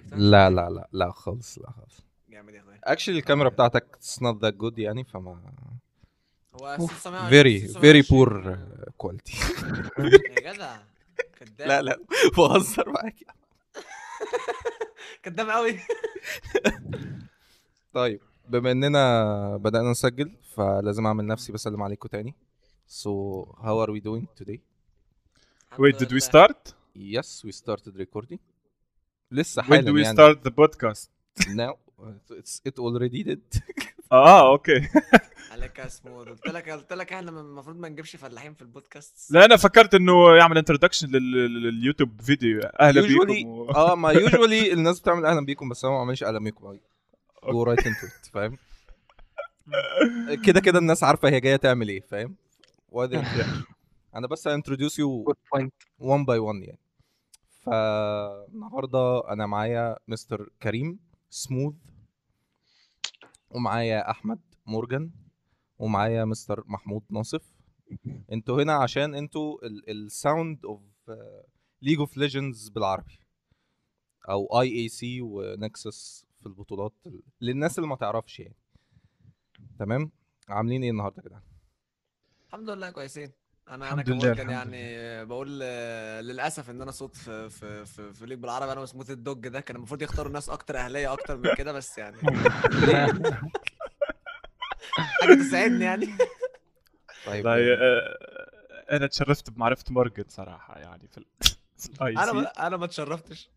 لا لا لا لا خالص، لا خالص. جامد يا اخويا. اكشلي الكاميرا بتاعتك it's not that good يعني، فما هو اوف. very very poor 920 quality. يا جدع كداب. لا لا بهزر معاك. كداب قوي. طيب بما اننا بدأنا نسجل فلازم اعمل نفسي بسلم عليكم تاني. So how are we doing today? Wait, did we start? Yes, we started recording. لسه When حالا do we يعني. start the podcast? Now it already did. اوكي. عليك اسمه، قلت لك احنا المفروض ما نجيبش فلاحين في البودكاست. لا انا فكرت انه يعمل انتروداكشن لليوتيوب فيديو اهلا usually بيكم ما usually الناس بتعمل اهلا بيكم، بس انا ما بعملش اهلا بيكم. go right into it، فاهم؟ كده كده الناس عارفه هي جايه تعمل ايه، فاهم؟ انا بس introduce you جود بوينت. one by one يعني. فالنهارده انا معايا مستر كريم سموث، ومعايا احمد مورجان، ومعايا مستر محمود ناصف. انتوا هنا عشان انتوا الساوند اوف ليج اوف ليجندز بالعربي، او اي اي سي ونكسس في البطولات للناس اللي ما تعرفش يعني. تمام، عاملين ايه النهارده كده؟ الحمد لله كويسين. انا الحمد لله، كمورجان الحمد يعني بقول للاسف ان انا صوت في ليج بالعربي. انا وسموث الدوج ده كان المفروض يختاروا ناس اكتر اهليه اكتر من كده، بس يعني حاجه تسعدني يعني. طيب والله يعني انا تشرفت بمعرفه مورجان صراحه يعني في الاي سي. انا ما اتشرفتش.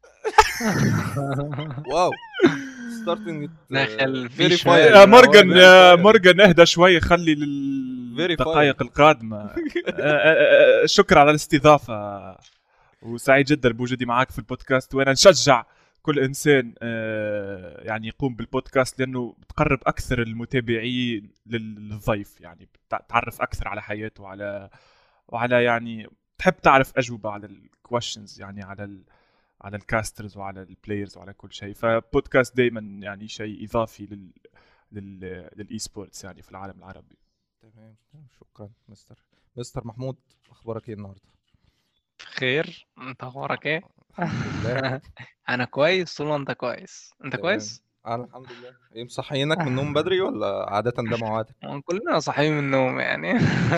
واو ستارتنج دخل في فيري شوية فاير. يا المواد. مورجان اهدى شوي، خلي Very للدقائق القادمه. شكرا على الاستضافه، وسعيد جدا بوجودي معك في البودكاست، وانا نشجع كل انسان يعني يقوم بالبودكاست، لانه بتقرب اكثر المتابعين للضيف، يعني تعرف اكثر على حياته وعلى يعني تحب تعرف اجوبه على الكويشنز، يعني على الكاسترز وعلى البلايرز وعلى كل شيء. فبودكاست دائما يعني شيء اضافي للاي سبورتس يعني في العالم العربي. تمام، شكرا مستر محمود. اخبارك ايه النهارده؟ خير، انت اخبارك ايه؟ الحمد لله. انا كويس طول ما انت كويس. انت تمام، كويس؟ انا الحمد لله. ايه مصحيينك من النوم بدري ولا عادة ده معادك؟ كلنا صاحيين من النوم يعني.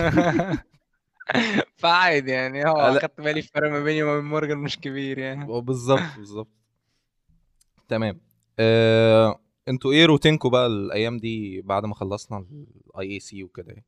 فعادي يعني، لا اخدت بالي الفرق ما بيني وما بين مورجان مش كبير يعني. بالظبط. تمام. انتوا ايه روتينكم بقى الايام دي بعد ما خلصنا الاي اي سي وكده يعني؟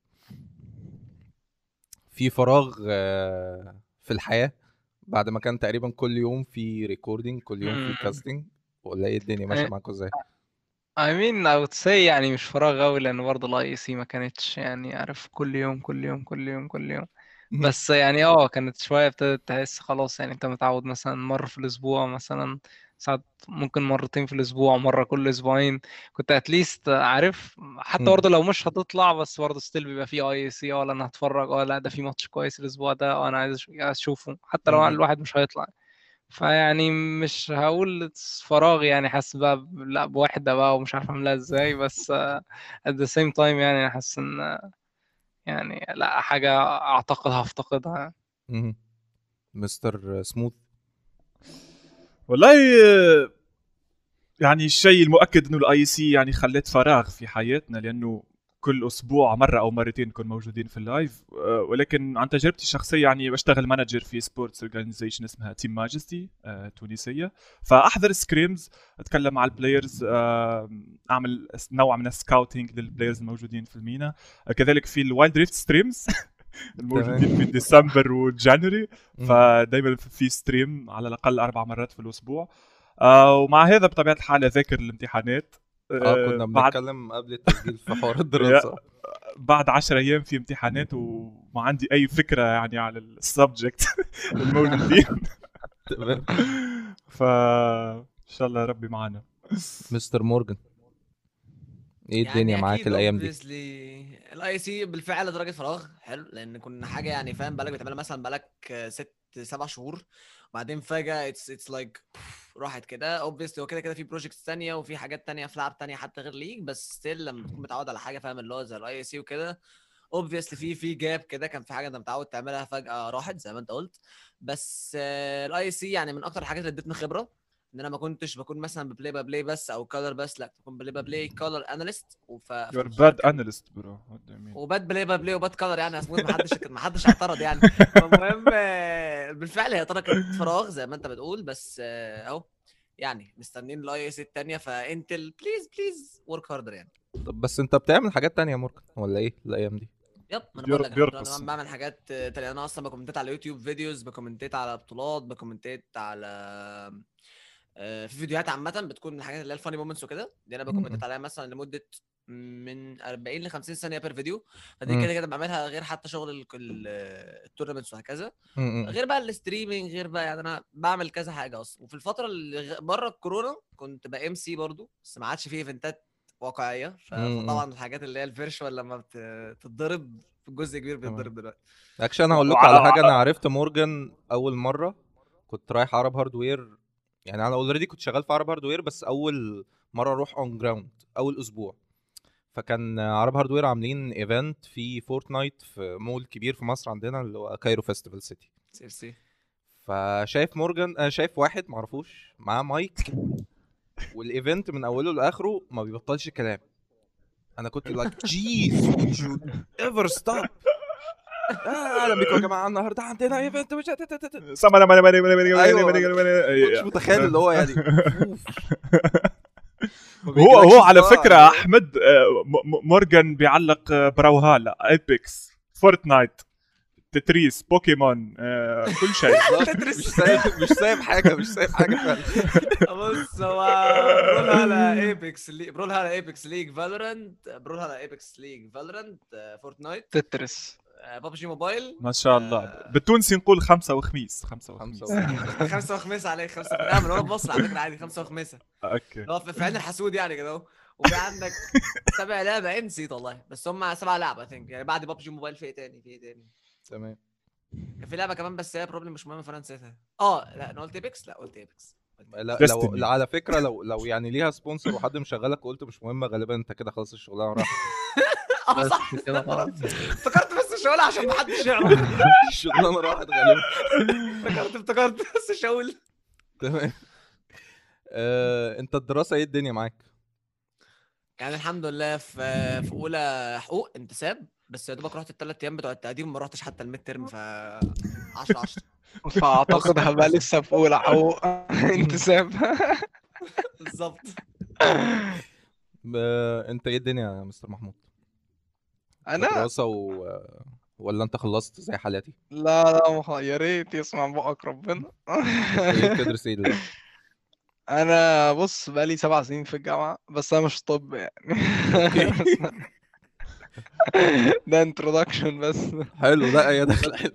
في فراغ في الحياة بعد ما كان تقريبا كل يوم في ريكوردينج، كل يوم في كاستنج، ولا ايه الدنيا ماشية معاكم ازاي؟ I mean I would say يعني مش فراغ قوي، لان برضه الاي سي ما كانتش يعني عارف كل يوم كل يوم كل يوم كل يوم. بس يعني كانت شوية ابتدت تحس خلاص، يعني انت متعود مثلا مرة في الأسبوع، مثلا ساعات ممكن مرتين في الأسبوع، مرة كل أسبوعين. كنت اتليست عارف، حتى برضه لو مش هتطلع بس برضه ستيل بيبقى فيه اي سي، ولا انا هتفرج، لا ده في ماتش كويس الأسبوع ده انا عايز اشوفه، حتى لو الواحد مش هيطلع. فيعني مش هقول فراغ يعني، حاسس بقى لا بوحدة بقى ومش عارف اعملها ازاي، بس at the same time يعني انا حاسس ان يعني لا حاجة اعتقد هفتقدها. مستر سموث. والله يعني الشيء المؤكد انه الاي سي يعني خلت فراغ في حياتنا، لانه كل اسبوع مره او مرتين نكون موجودين في اللايف. ولكن عن تجربتي الشخصيه يعني بشتغل مانجر في سبورتس اورجانيزيشن اسمها تيم ماجستي تونسيه. فاحضر سكريمز، اتكلم مع البلايرز، اعمل نوع من السكاوتينج للبلايرز الموجودين في المينا. كذلك في الوايلد ريفت ستريمز الموجودين في ديسمبر وجانوري. فدايما في ستريم على الاقل 4 مرات في الاسبوع. ومع هذا بطبيعه الحال اذاكر الامتحانات. كنا بعد بنتكلم قبل التسجيل في حوار الدراسة. بعد 10 ايام في امتحانات وما عندي اي فكره يعني على السبجكت الموجودين. تمام. ان شاء الله ربي معنا. مستر مورجان، ايه الدنيا يعني معاك اكيد الايام دي؟ اوبفيسلي الاي سي بالفعل درجه فراغ حلو، لان كنا حاجه يعني فاهم بالك بتعملها مثلا بالك 6-7 شهور، وبعدين فجاه اتس لايك راحت كده. اوبفيسلي هو كده كده في بروجكتس تانية وفي حاجات تانية في لعب تانية حتى غير ليج، بس ستيل لما بتكون متعود على حاجه فاهم اللي هو زي الاي سي وكده، اوبفيسلي في جاب كده، كان في حاجه انت متعود تعملها فجاه راحت زي ما انت قلت. بس الاي سي يعني من اكتر الحاجات اللي ادتني خبره. ان انا ما كنتش بكون مثلا ببلاي ببلاي بس او كولر بس، لا بكون بلاي ببلاي كولر اناليست you're bad analyst bro what do you mean وبات بلاي وبات كولر يعني اسمه ما حدش اعترض يعني. المهم بالفعل هي تركت فراغ زي ما انت بتقول، بس اهو يعني مستنيين الاي اس الثانيه، فانتل بليز ورك هاردر يعني. طب بس انت بتعمل حاجات تانية يا مورجان ولا ايه الايام دي؟ يب ما انا بقول لك الحمد لله بيرقص. انا بعمل حاجات تانية. انا اصلا بكومنتات على يوتيوب فيديوز، بكومنتات على بطولات، بكومنتات على في فيديوهات عامة بتكون من الحاجات اللي هي الفاني مومنتس وكده، دي انا بكومنتات عليها مثلا لمدة من 40 ل 50 ثانية بير فيديو. فدي مم. كده كده بعملها غير حتى شغل التورنمنتس وهكذا، م- م. غير بقى الاستريمينج، غير بقى يعني انا بعمل كذا حاجة اصلا. وفي الفترة اللي بره الكورونا كنت بقى ام سي برضو، بس ما عادش فيه ايفنتات واقعية فطبعا الحاجات اللي هي الفيرشوال لما بتتضرب جزء كبير تمام. بيتضرب دلوقتي. اكشن هقول لكم على حاجه. انا عرفت مورجان اول مره كنت رايح عرب هاردوير. يعني انا اوريدي كنت شغال في عرب هاردوير، بس اول مره اروح اون جراوند اول اسبوع. فكان عرب هاردوير عاملين ايفنت في فورتنايت في مول كبير في مصر عندنا اللي هو كايرو فيستيفال سيتي. سي فشايف مورجان شايف واحد معرفوش معاه مايك والايفنت من اوله لاخره ما بيبطلش كلام. انا كنت لايك جيز would you ever stop. اهلا بيكم يا جماعه النهارده عندنا ايفنت مش كنتش متخيل اللي هو يعني هو على فكره احمد مورجان بيعلق براوهالا ايبكس فورتنايت تتريس بوكيمون كل شيء مش سايب حاجه فعلا. بص هو برول على ايبكس ليج فالورانت فورتنايت تترس ببجي موبايل ما شاء الله. بالتونسي نقول خمسة وخميس خمسة وخميسة عليك 5 لا من ورا مصر على فكرة عادي 5 وخميسة اوكي هو في عين الحسود يعني كده اهو. وفي عندك 7 لعبة نسيت والله، بس هم 7 لعبة ثينك يعني بعد ببجي موبايل في ايه تاني تمام. كان في لعبة كمان بس هي بروبلم مش مهمة فانا نسيتها. لا انا قلت ايبكس لو على فكره لو يعني ليها سبونسر وحد مشغلك وقلت مش مهمه غالبا انت كده خلاص الشغلانه راحت. بس صح كده خلاص. افتكرت بس مش هقولها عشان محدش يعرف. الشغلانه راحت غالبا. افتكرت بس مش هقول. تمام. انت الدراسه ايه الدنيا معاك؟ يعني الحمد لله في اولى حقوق انتساب، بس يا دوبك رحت ال3 ايام بتوع التقديم وما رحتش حتى الميد ترم، ف 10 فاعتقد هبقى لسه في اولى حقوق انتساب. بالظبط. انت ايه الدنيا يا مستر محمود؟ انا دراسه ولا انت خلصت زي حالاتي؟ لا يا ريت يسمع بقك ربنا. ايه بتدرس ايه دلوقتي؟ انا بص بقالي 7 سنين في الجامعه، بس انا مش طب يعني. اوكي. ده انترودكشن بس. حلو. لا يا دخل حلو.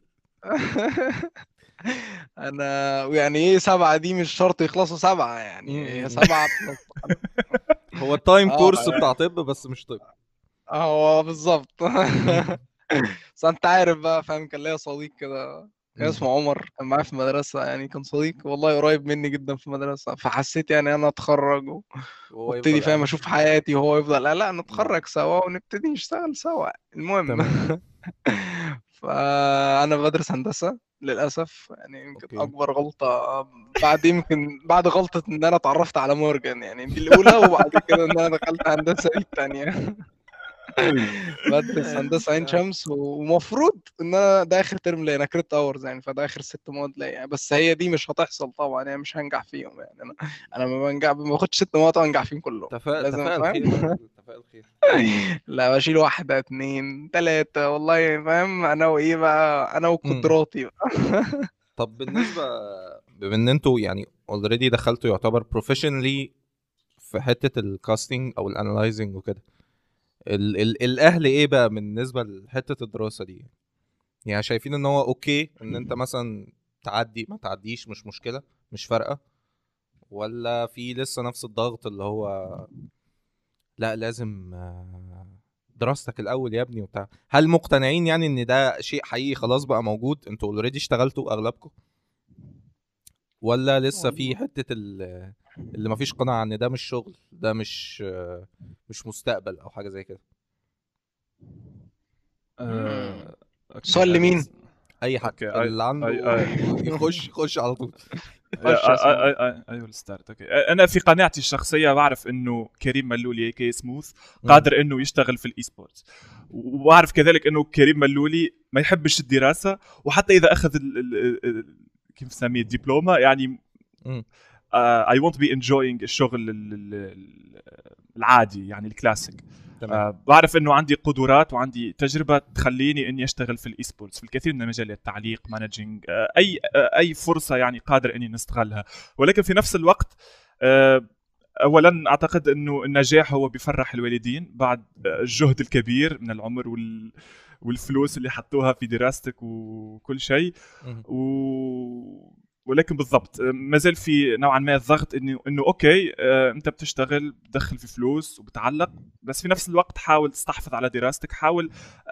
انا يعني ايه 7 دي مش شرط يخلصوا 7 يعني هي 7 هو التايم كورس بتاع طب بس مش طب. هو بالظبط. بس انت عارف بقى فاهم، كان ليا صديق كده كان اسمه عمر، كان معايا في المدرسة يعني، كان صديق والله قريب مني جدا في المدرسة، فحسيت يعني انا اتخرج وابتدي فاهم اشوف حياتي وهو يفضل لا نتخرج سوا ونبتدي نشتغل سوا. المهم تمام. فانا بدرس هندسة للاسف، يعني يمكن أوكي. اكبر غلطة بعد غلطة ان انا اتعرفت على مورجان، يعني دي الاولى، وبعد كده ان انا دخلت هندسة دي الثانية. بدرس هندسة عين شمس، ومفروض ان انا ده اخر ترم ليا، انا كريت اورز يعني، فده اخر 6 مواد ليا يعني، بس هي دي مش هتحصل طبعا يعني، مش هنجح فيهم يعني. انا ما باخدش 6 مواد وانجح فيهم كلهم. لازم تفاءل فاهم. خير. تفاءل خير. لا بشيل 1 2 3 والله فاهم، انا وايه بقى، انا وقدراتي بقى. طب بالنسبه بما ان انتوا يعني اوريدي دخلتوا يعتبر بروفيشنالي في حته الكاستنج او الانالايزنج وكده، الاهل ايه بقى بالنسبه لحته الدراسه دي؟ يعني شايفين ان هو اوكي ان انت مثلا تعدي ما تعديش مش مشكله مش فارقه، ولا في لسه نفس الضغط اللي هو لا لازم دراستك الاول يا ابني وبتاع؟ هل مقتنعين يعني ان ده شيء حقيقي خلاص بقى موجود، انتوا اوريدي اشتغلتوا اغلبكم، ولا لسه في حته اللي ما فيش قناعه ان ده مش شغل، ده مش مستقبل او حاجه زي كده؟ سؤال لمين؟ اي حد اللي عنده يخش على طول. خش يا سمو. ايوه الستارت. اوكي، انا في قناعتي الشخصيه بعرف انه كريم ملولي كي سموث قادر انه يشتغل في الاي سبورتس، واعرف كذلك انه كريم ملولي ما يحبش الدراسه، وحتى اذا اخذ كيف نسميه الدبلومه يعني I won't be enjoying الشغل العادي يعني الكلاسيك. بعرف انه عندي قدرات وعندي تجربه تخليني اني اشتغل في الاي سبورتس في الكثير من المجالات، تعليق، مانجينج، اي فرصه يعني قادر اني نستغلها. ولكن في نفس الوقت اولا اعتقد انه النجاح هو بيفرح الوالدين بعد الجهد الكبير من العمر والفلوس اللي حطوها في دراستك وكل شيء. ولكن بالضبط ما زال في نوعا ما الضغط انه اوكي انت بتشتغل بتدخل في فلوس وبتعلق، بس في نفس الوقت حاول تستحفظ على دراستك، حاول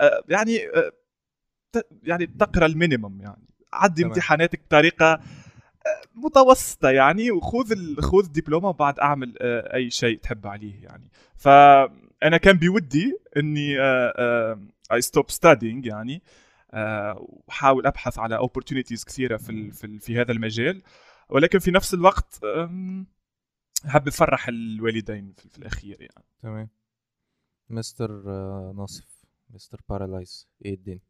يعني تقرا المينيمم، يعني عدي امتحاناتك بطريقه متوسطه يعني، وخذ الدبلومه وبعد اعمل اي شيء تحب عليه يعني. فانا كان بودي اني I stop studying يعني، وحاول ابحث على opportunities كثيره في هذا المجال، ولكن في نفس الوقت حاب افرح الوالدين في الاخير يعني. تمام. مستر ناصف، مستر بارالايز، ايه الدنيا؟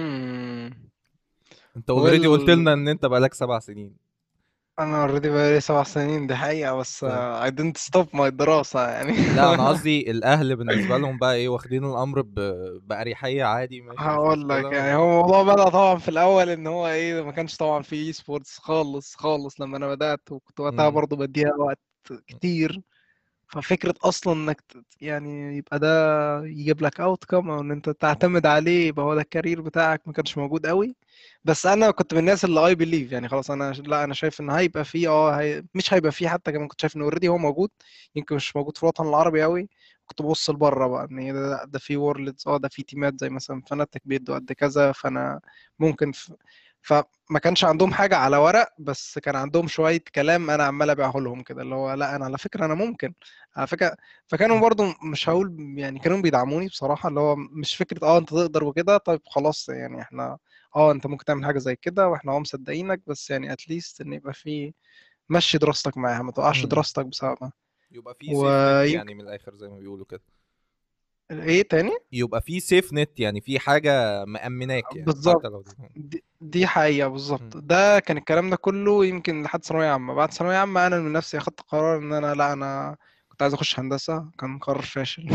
انت اوريدي قلت لنا ان انت بقالك 7 سنين. انا اوريدي بقالي 7 سنين، دي حقيقة، بس I didn't stop my دراسة يعني. لا انا قصدي الاهل بالنسبه لهم بقى ايه، واخدين الامر بأريحية عادي ماشي مش هقول لك مشكلة يعني، هو الموضوع بدأ طبعا في الاول ان هو ايه، ما كانش طبعا في اي سبورتس خالص خالص لما انا بدأت، وكنت وقتها برضه بديها وقت كتير. ففكرة اصلا انك يعني يبقى ده يجيب لك اوتكم، او ان انت تعتمد عليه يبقى هو ده الكارير بتاعك، ما كانش موجود قوي. بس انا كنت من الناس اللي اي بليف يعني، خلاص انا لا انا شايف ان هيبقى فيه مش هيبقى فيه، حتى كمان كنت شايف ان اوريدي هو موجود، يمكن مش موجود في الوطن العربي قوي. كنت ببص لبره بقى ان ده في وورلدز، ده في تيمات زي مثلا فناتك بيدوا قد كذا، فانا ممكن فما كانش عندهم حاجة على ورق، بس كان عندهم شوية كلام أنا عمال أبيعه لهم كده، اللي هو لا أنا على فكرة أنا ممكن، على فكرة. فكانوا برضو مش هقول يعني، كانوا بيدعموني بصراحة، اللي هو مش فكرة أنت تقدر وكده، طيب خلاص يعني إحنا أنت ممكن تعمل حاجة زي كده وإحنا مصدقينك، بس يعني أتليست إن يبقى في مشي دراستك معاها، ما توقعش دراستك بسببها. يبقى في سيف نت يعني من الآخر زي ما بيقولوا كده. ايه تاني؟ يبقى في سيف نت يعني، في حاجة مأمناك يعني. بالظبط، حتى لو دي حقيقة بالظبط. ده كان الكلام ده كله يمكن لحد ثانوية عامة. بعد ثانوية عامة أنا من نفسي أخدت قرار إن أنا لا، أنا كنت عايز أخش هندسة، كان قرار فاشل.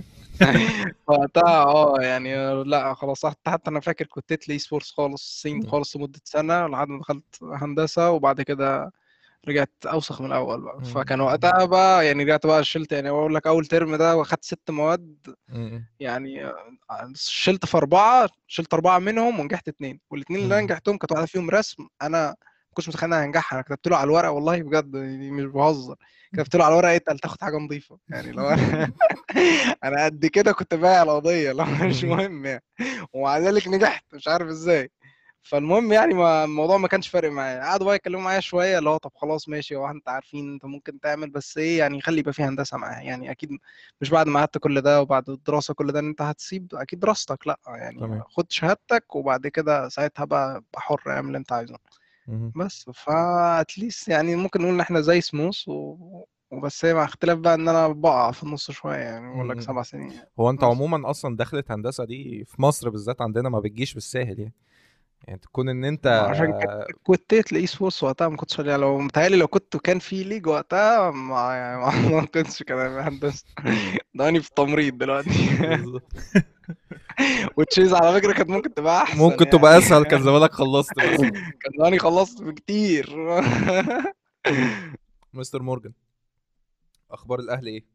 وقتها يعني لا خلاص، حتى أنا فاكر كنت لي سبورتس خالص خالص لمدة سنة لحد ما دخلت هندسة، وبعد كده رجعت اوسخ من الاول بقى. فكان وقتها بقى يعني رجعت بقى شلت، يعني بقول لك اول ترم ده واخدت 6 مواد يعني، شلت في 4، شلت 4 منهم ونجحت 2، والاثنين اللي انا نجحتهم كانت واحده فيهم رسم. انا ما كنتش متخيل ان انا هنجحها. انا كتبت له على الورقه والله بجد يعني مش بهزر، كتبت له على الورقه ايه، تاخد حاجه نظيفه يعني، لو انا قد كده كنت بايع القضيه، لو مش مهم يعني، ومع ذلك نجحت مش عارف ازاي. فالمهم يعني الموضوع ما كانش فارق معايا. قعدوا بقى يتكلموا معايا شويه، اللي هو طب خلاص ماشي، هو انت عارفين انت ممكن تعمل، بس ايه يعني، خلي يبقى في هندسه معاها يعني. اكيد مش بعد ما قعدت كل ده وبعد الدراسه كل ده ان انت هتسيب اكيد دراستك، لا يعني خد شهادتك وبعد كده ساعتها بقى حر اعمل اللي انت عايزه. بس فاتليست يعني ممكن نقول ان احنا زي سموث وبس، هي مع اختلاف بقى ان انا بقع في النص شويه يعني، بقول لك 7 سنين يعني. هو انت عموما اصلا دخلت هندسه دي في مصر بالذات عندنا ما بتجيش بالساهل يعني تكون ان انت عشان كنت تلاقي سبورتس وقتها ما كنتش يعني، لو متهيألي لو كان في ليج وقتها ما كنتش كده هندسه. ضاني في التمريض دلوقتي. وتشيز على فكره كانت ممكن تبقى احسن، ممكن يعني تبقى اسهل، كان زمانك خلصت بس. كان ضاني خلصت بكتير. مستر مورجان، اخبار الاهل ايه؟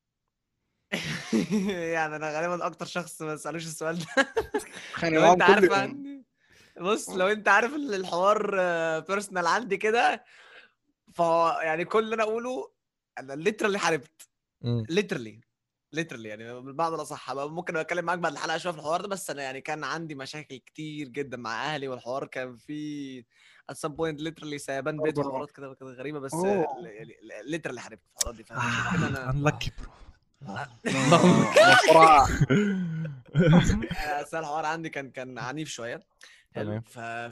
يعني انا غالبا اكتر شخص ما سالوش السؤال ده. خاني لو معاهم انت كل عارف يوم. بص، لو انت عارف الحوار بيرسونال عندي كده، يعني كل اللي انا اقوله انا ليترالي حاربت، ليترالي يعني بالمعنى الاصح. ممكن اتكلم معاك بعد الحلقه شويه في الحوار ده، بس انا يعني كان عندي مشاكل كتير جدا مع اهلي، والحوار كان في at some point literally سيبان بيت وحوارات كده غريبه، بس ليترالي حاربت في الحوارات دي، فعشان كده انا unlucky bro. الحوار عندي كان عنيف شويه. حلو. تمام.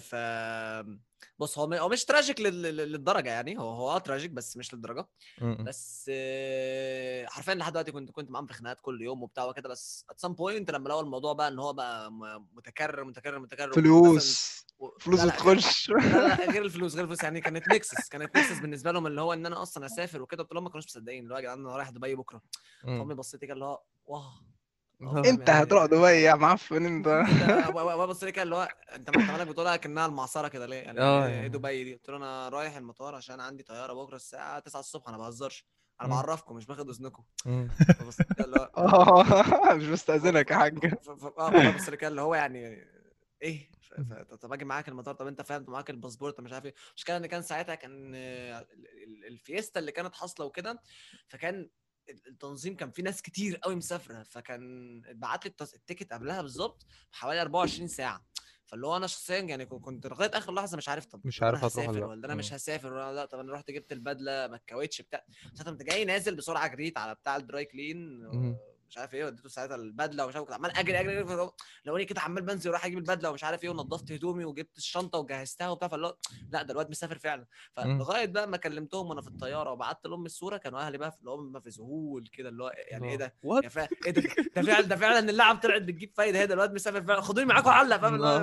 بص هو مش تراجيك للدرجه يعني، هو تراجيك بس مش للدرجه. م-م. بس حرفيا لحد دلوقتي كنت معاهم في خناقات كل يوم وبتاع وكده. بس at some point لما لقوا الموضوع بقى ان هو بقى متكرر متكرر متكرر مثلا فلوس لا لا وتخش. لا غير الفلوس يعني. كانت نكسس بالنسبه لهم اللي هو ان انا اصلا اسافر وكده. قلت لهم ما كانوش مصدقين اللي هو يا جدعان انا رايح دبي بكره. فامي بصيت كده اللي هو واه فاهم انت يعني. هتروح دبي يا معفن انت. بص لي كده اللي هو انت مالك بتقولها كانها المعصره كده ليه يعني؟ ايه دبي دي؟ قلت له انا رايح المطار عشان عندي طياره بكره الساعه 9 الصبح. انا ما بهزرش، انا بعرفكم مش باخد اذنكم. فبص لي كده اللي هو مش بستأذنك يا حاج. والله بس اللي كان اللي هو يعني ايه طب اجي معاك المطار. طب انت فاهم معاك الباسبور مش عارف ايه. المشكله ان كان ساعتها كان الفيستا اللي كانت حاصله وكده. فكان التنظيم كان في ناس كتير قوي مسافره. فكان اتبعت لي التيكت قبلها بالظبط حوالي 24 ساعه. فاللي هو انا شخصيا يعني كنت لغايه اخر لحظه مش عارف. طب مش انا عارف هتروح هسافر ولا ولا انا لا. مش هسافر ولا لا. طب انا رحت جبت البدله ما اتكوتش بتاع. ساعتها انت جاي نازل بسرعه جريت على بتاع الدراي كلين مش عارف ايه. وديته ساعتها البدله ومش عارف. كنت عمال اجري لو اني كده عمال بنزل وراح اجيب البدله ومش عارف ايه. ونضفت هدومي وجبت الشنطه وجهزتها وبتاع. فاللي لا ده الواد مسافر فعلا. فلغايه بقى ما كلمتهم وانا في الطياره وبعت لهم الصوره. كانوا اهلي بقى اللي هم في ذهول كده اللي هو يعني ايه ده يعني ايه ده فعلا اللاعب طلعت بتجيب فايده. هي ده الواد مسافر فعلا. خدوني معاكم علق فاهم اللي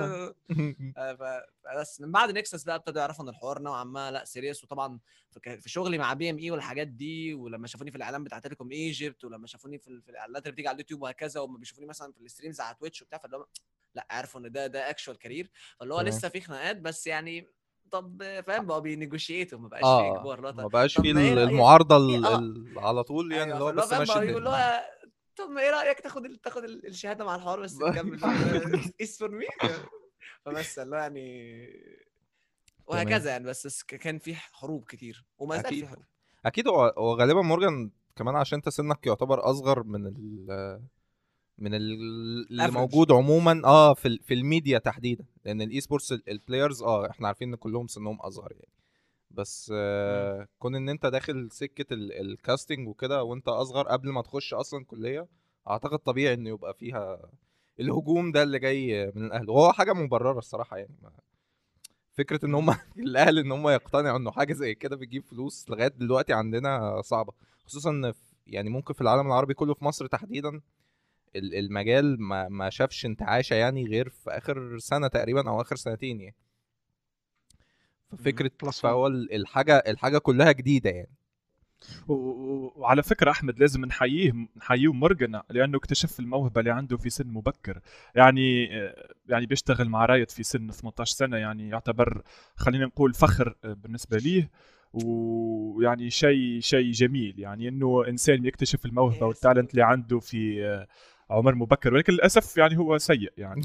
هو بس من بعد نكسس بقى ابتدوا يعرفوا ان الحوار نوعا ما لا سيريس. وطبعا في شغلي مع بي ام اي والحاجات دي. ولما شافوني في الاعلان بتاع تيليكوم ايجيبت. ولما شافوني في الاعلانات اللي بتيجي على اليوتيوب وهكذا. وما بيشوفوني مثلا في الستريمز على تويتش وبتاع. فاللي هو لا عارفوا ان ده اكشوال كارير. فاللي هو لسه في خناقات بس يعني. طب فاهم بقى بينيجوشيتوا ما بقاش في اجبار. لا ما بقاش طب في ما ايه رايك المعارضه إيه على طول يعني ايوه. اللي هو فاللي هو بس فاهم ماشي بقى يقول الدنيا. له طب ما ايه رايك تاخد الشهاده مع الحوار بس تكمل اس فور مي. فبس اللي هو يعني وهكذا يعني. بس كان في حروب كتير وما زال في حروب. اكيد هو غالبا مورجان كمان عشان انت سنك يعتبر اصغر اللي موجود عموما في الميديا تحديدا. لان الاي سبورتس البلايرز احنا عارفين ان كلهم سنهم اصغر يعني. بس كون ان انت داخل سكه الكاستنج وكده وانت اصغر قبل ما تخش اصلا كليه. اعتقد طبيعي انه يبقى فيها الهجوم ده اللي جاي من الاهل. وهو حاجه مبرره الصراحه يعني. فكره ان هم الاهل ان هم يقتنعوا انه حاجه زي كده بتجيب فلوس لغايه دلوقتي عندنا صعبه. خصوصا ان يعني ممكن في العالم العربي كله في مصر تحديدا المجال ما شافش انتعاشه يعني غير في اخر سنه تقريبا او اخر سنتين يعني. ففكره فهو الحاجه كلها جديده يعني. وعلى فكرة أحمد لازم نحييه مورجان لأنه اكتشف الموهبة اللي عنده في سن مبكر. يعني بيشتغل مع رايت في سن 18 سنة. يعني يعتبر خلينا نقول فخر بالنسبة ليه. ويعني شيء جميل يعني إنه إنسان يكتشف الموهبة والتالنت اللي عنده في عمر مبكر. ولكن للأسف يعني هو سيء يعني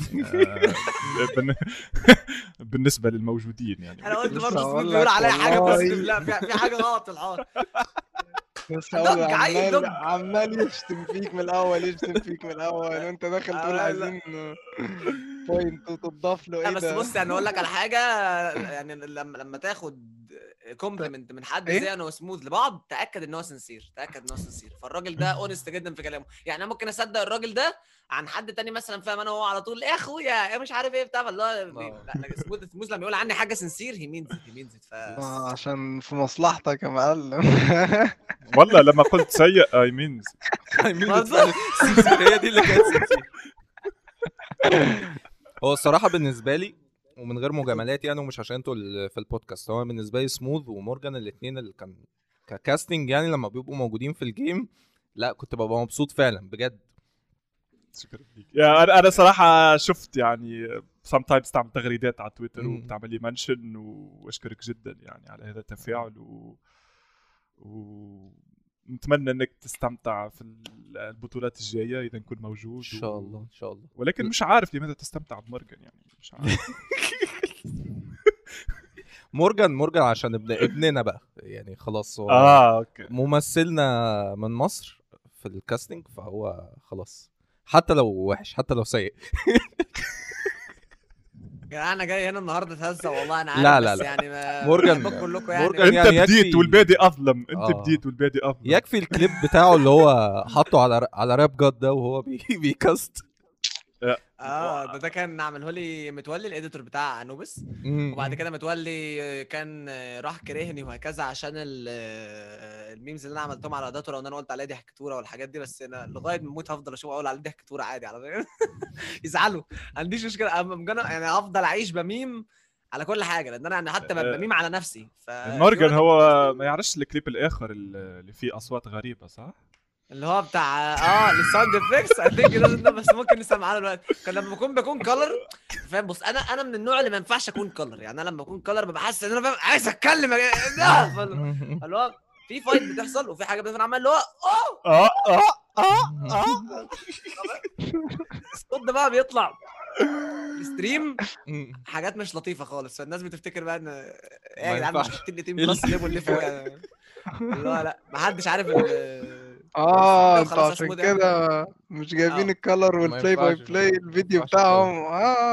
بالنسبة للموجودين يعني. أنا قلت برضه بيقول عليا حاجة بس لا في حاجة غلط في الحوار. بس عمال يشتم فيك من الاول وانت داخل تقول عايزين بوينت تضاف له. ايه بس ده؟ بص يعني اقول لك على حاجه يعني لما تاخد كومبلمنت من حد زي انا وسموث لبعض تاكد ان هو سنسير. فالراجل ده اونست جدا في كلامه. يعني انا ممكن اصدق الراجل ده عن حد تاني مثلا فاهم انا هو على طول يا اخويا يا مش عارف ايه بتاع. لا سموث لما يقول عني حاجه سنسير هي مينز عشان في مصلحتك يا معلم. والله لما قلت سيء اي مينز هي دي اللي كانت سنسير. هو الصراحه بالنسبه لي ومن غير مجاملات يعني ومش عشان انتوا في البودكاست. هو بالنسبه لي سموث ومورجان الاثنين اللي كان ككاستنج يعني لما بيبقوا موجودين في الجيم لا كنت ببقى مبسوط فعلا بجد. شكرا لك. يا انا صراحه شفت يعني sometimes تعمل تغريدات على تويتر وبتعمل لي منشن واشكرك جدا يعني على هذا التفاعل ونتمنى انك تستمتع في البطولات الجايه اذا كنت موجود ان شاء الله ان شاء الله. ولكن مش عارف لماذا تستمتع بمورجان يعني مش عارف. مورجان عشان ابننا بقى يعني خلاص هو اوكي ممثلنا من مصر في الكاستنج. فهو خلاص حتى لو وحش حتى لو سيء. انا جاي هنا النهارده اتهزق والله انا عارف. لا بس يعني مورجان كلكم يعني مورجان انت يعني بديت والبادي اظلم. يكفي الكليب بتاعه اللي هو حطه على راب جاد ده وهو بيكاست. ده كان عمله لي متولي الاديتور بتاع انوبس. وبعد كده متولي كان راح كرهني وهكذا عشان الميمز اللي انا عملتهم على داتورا وان انا قلت عليها دي حكتوره والحاجات دي. بس انا لغايه ما اموت هفضل اشوف اقول عليها دي حكتوره عادي على فكره. يزعلوا، ما عنديش مشكله. يعني افضل اعيش بميم على كل حاجه، لان انا يعني حتى بميم على نفسي. مورجان هو ما يعرفش الكليب الاخر اللي فيه اصوات غريبه صح؟ اللي هو بتاع الساوند افكتس اي ثينك ده، بس ممكن نسمعها دلوقتي. كان لما بكون كلر فاهم. بص انا من النوع اللي ما ينفعش اكون كلر. يعني انا لما اكون كلر ببقى حاسس ان انا فاهم عايز اتكلم اللي هو في فايت بتحصل وفي حاجه بتحصل عمال اللي هو الصوت ده بقى بيطلع الستريم حاجات مش لطيفه خالص. فالناس بتفتكر بقى ان يا جدعان مش حاطين 2 بلس ليبل اللي فوق يعني. اللي هو لا ما حدش عارف انتوا عشان كده مش جايبين الكالر والبلاي باي بلاي الفيديو بتاعهم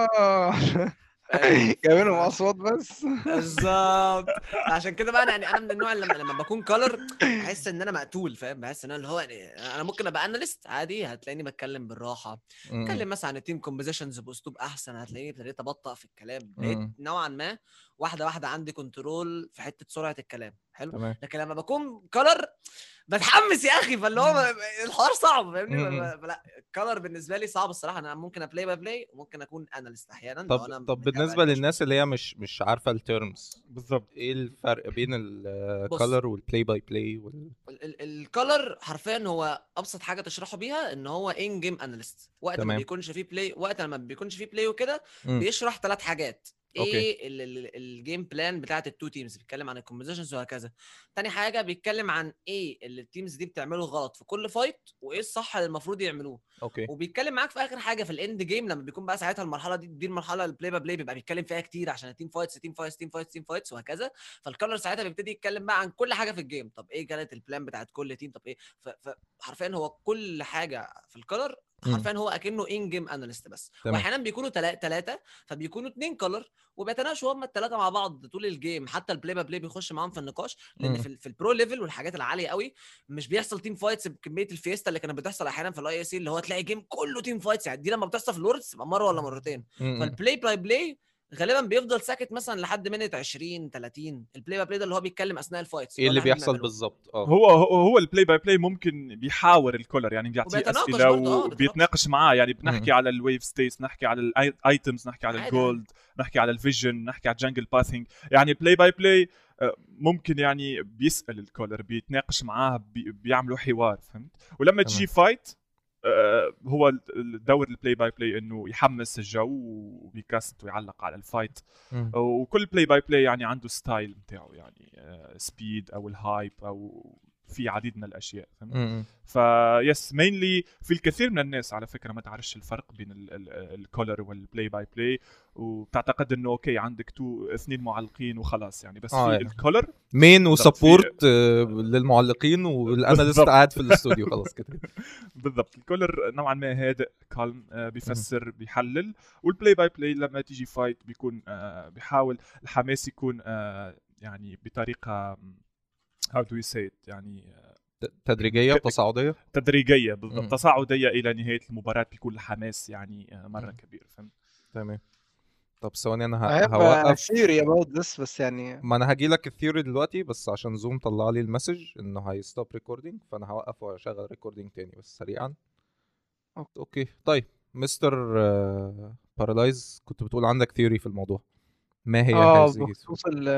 جايبينهم اصوات بس. بالظبط. عشان كده بقى يعني انا من النوع اللي لما بكون كالر بحس ان انا مقتول فاهم. بحس ان انا اللي هو يعني انا ممكن ابقى اناليست عادي هتلاقيني بتكلم بالراحه، اتكلم مثلا عن التيم كومبوزيشنز باسلوب احسن، هتلاقيني ابتديت ابطأ في الكلام، بقيت نوعا ما واحده عندي كنترول في حته سرعه الكلام. حلو. لكن لما بكون كالر بتحمس يا اخي، فاللي هو الحوار صعب فاهمني. لا الكالر بالنسبه لي صعب الصراحه. انا ممكن ابلاي باي بلاي وممكن اكون اناليست احيانا. طب بالنسبه للناس اللي هي مش عارفه التيرمز بالظبط، ايه الفرق بين الكالر والبلاي باي بلاي الكالر حرفيا هو ابسط حاجه تشرحه بيها ان هو ان جيم اناليست. وقت ما بيكونش فيه بلاي، وقت ما بيكونش فيه بلاي وكده بيشرح 3 حاجات. ايه الجيم بلان بتاعه التو تيمز، بيتكلم عن الكومبوزيشنز وهكذا. تاني حاجه بيتكلم عن ايه اللي التيمز دي بتعمله غلط في كل فايت وايه الصح اللي المفروض يعملوه. وبيتكلم معاك في اخر حاجه في الاند جيم لما بيكون بقى ساعتها المرحله دي المرحله البلاي باي بلاي بيبقى بيتكلم فيها كتير عشان التيم فايتس وهكذا. فالكالر ساعتها بيبتدي يتكلم بقى عن كل حاجه في الجيم. طب ايه كانت البلان بتاعت كل تيم، طب ايه. فحرفيا هو كل حاجه في الكالر حرفيا هو اكنه ان جيم اناليست بس. واحيانا بيكونوا 3 فبيكونوا 2 كلر وبيتناقشوا هم ال3 مع بعض طول الجيم. حتى البلاي باي بلاي بيخش معاهم في النقاش، لان في البرو ليفل والحاجات العاليه قوي مش بيحصل تيم فايتس بكميه الفيستا اللي كانت بتحصل احيانا في الاي سي، اللي هو تلاقي جيم كله تيم فايتس. يعني دي لما بتحصل في اللوردز تبقى مره ولا مرتين. فالبلاي باي بلاي غالبا بيفضل ساكت مثلا لحد منت 20 30. البلاي باي بلاي ده اللي هو بيتكلم اثناء الفايتس ايه اللي بيحصل بالظبط. هو البلاي باي بلاي ممكن بيحاور الكولر، يعني بيعطيه اسئله وبيتناقش معاه. يعني بنحكي على الويف ستيتس، نحكي على الايتمز، نحكي على الجولد، نحكي على الفيجن، نحكي على الجنجل باثينج. يعني بلاي باي بلاي ممكن يعني بيسال الكولر، بيتناقش معاه، بيعملوا حوار فهمت. ولما تجي فايت هو الدور البلاي باي بلاي انه يحمس الجو وبيكاست ويعلق على الفايت. وكل بلاي باي بلاي يعني عنده ستايل بتاعه، يعني سبيد او الهايب او في عديد من الاشياء فهمت. فيس مينلي في الكثير من الناس على فكره ما تعرفش الفرق بين الكولر والبلاي باي بلاي، وبتعتقد انه اوكي عندك 2 معلقين وخلاص يعني. بس في الكولر مين وسبورت للمعلقين والاناليست قاعد في الاستوديو خلاص كده. بالضبط. الكولر نوعا ما هادئ كالم، بيفسر بيحلل. والبلاي باي بلاي لما تيجي فايت بيكون بيحاول الحماس يكون يعني بطريقه how do you say it يعني تدريجيه وتصاعديه. تدريجيه بالضبط، تصاعديه الى نهايه المباراه بيكون الحماس يعني مره كبير فهمت. تمام. طب ثواني انا هوقف ثيوري about this بس يعني ما انا هجي لك الثيوري دلوقتي، بس عشان زوم طلع لي المسج انه هيستوب ريكوردينج، فانا هوقف واشغل ريكوردينج تاني بس سريعا. اوكي طيب مستر بارالايز كنت بتقول عندك ثيوري في الموضوع، ما هي هذه؟ بخصوص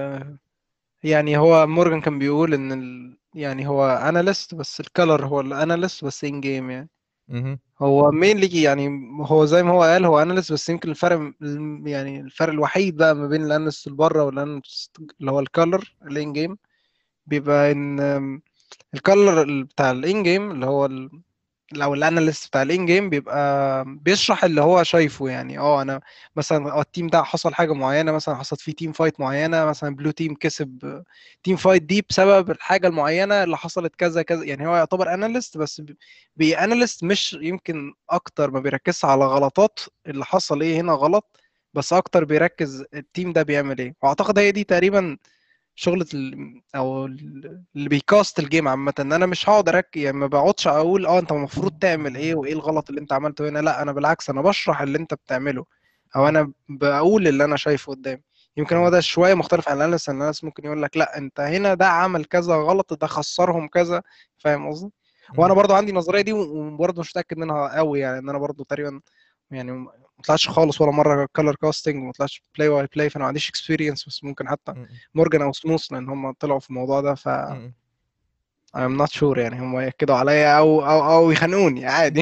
يعني هو مورجان كان بيقول ان يعني هو اناليست بس الكالر هو الاناليست بس ان جيم يعني. هو مينلي يعني هو زي ما هو قال هو اناليست، بس يمكن الفرق يعني الفرق الوحيد بقى ما بين الاناليست اللي بره والاناليست اللي هو الكالر الان جيم بيبقى ان الكالر بتاع الان جيم اللي هو لو الاناليست بتاع الان جيم بيبقى بيشرح اللي هو شايفه. يعني انا مثلا التيم ده حصل حاجه معينه، مثلا حصلت فيه تيم فايت معينه، مثلا بلو تيم كسب تيم فايت دي بسبب الحاجه المعينه اللي حصلت كذا كذا. يعني هو يعتبر اناليست بس بياناليست، مش يمكن اكتر ما بيركز على غلطات اللي حصل ايه هنا غلط، بس اكتر بيركز التيم ده بيعمل ايه. واعتقد هي دي تقريبا شغلة او اللي بيكاست الجيم عامة، ان انا مش هقعد اركز يعني، ما بقعدش اقول انت المفروض تعمل ايه وايه الغلط اللي انت عملته هنا، لا انا بالعكس انا بشرح اللي انت بتعمله، او انا بقول اللي انا شايفه قدامي. يمكن هو ده شوية مختلف عن الاناليست. الناس ممكن يقول لك لا انت هنا ده عمل كذا غلط، ده خسرهم كذا، فاهم قصدي؟ وانا برضو عندي النظرية دي، وبرضو مش متأكد منها قوي يعني، ان انا برضو تقريبا يعني ما طلعتش خالص ولا مره كلر كاستنج، وما طلعتش بلاي باي بلاي، فانا ما عنديش اكسبيرينس. بس ممكن حتى مورجان او سموث، لان هم طلعوا في الموضوع ده، ف I'm not sure يعني هم ياكدوا عليا او يخنقوني عادي.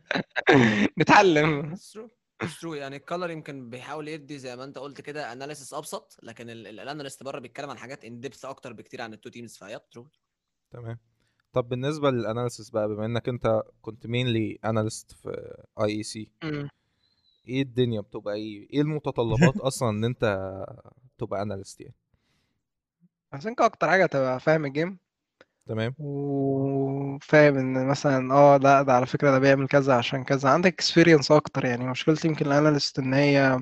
نتعلم. It's true يعني الكالر يمكن بيحاول يدي زي ما انت قلت كده اناليسيس ابسط، لكن الاناليست بره بيتكلم عن حاجات ان ديبث اكتر بكتير عن التو تيمز، فيب ترو. تمام. طب بالنسبه للاناليسيس بقى، بما انك انت كنت مينلي اناليست في اي اي سي، ايه الدنيا بتبقى ايه المتطلبات اصلا ان انت تبقى اناليست يعني؟ عشان كده اكتر حاجه تبقى فاهم الجيم، تمام. وفاهم ان مثلا لا ده على فكره ده بيعمل كذا عشان كذا، عندك اكسبيرينس اكتر يعني. مشكلتي يمكن الاناليست ان هي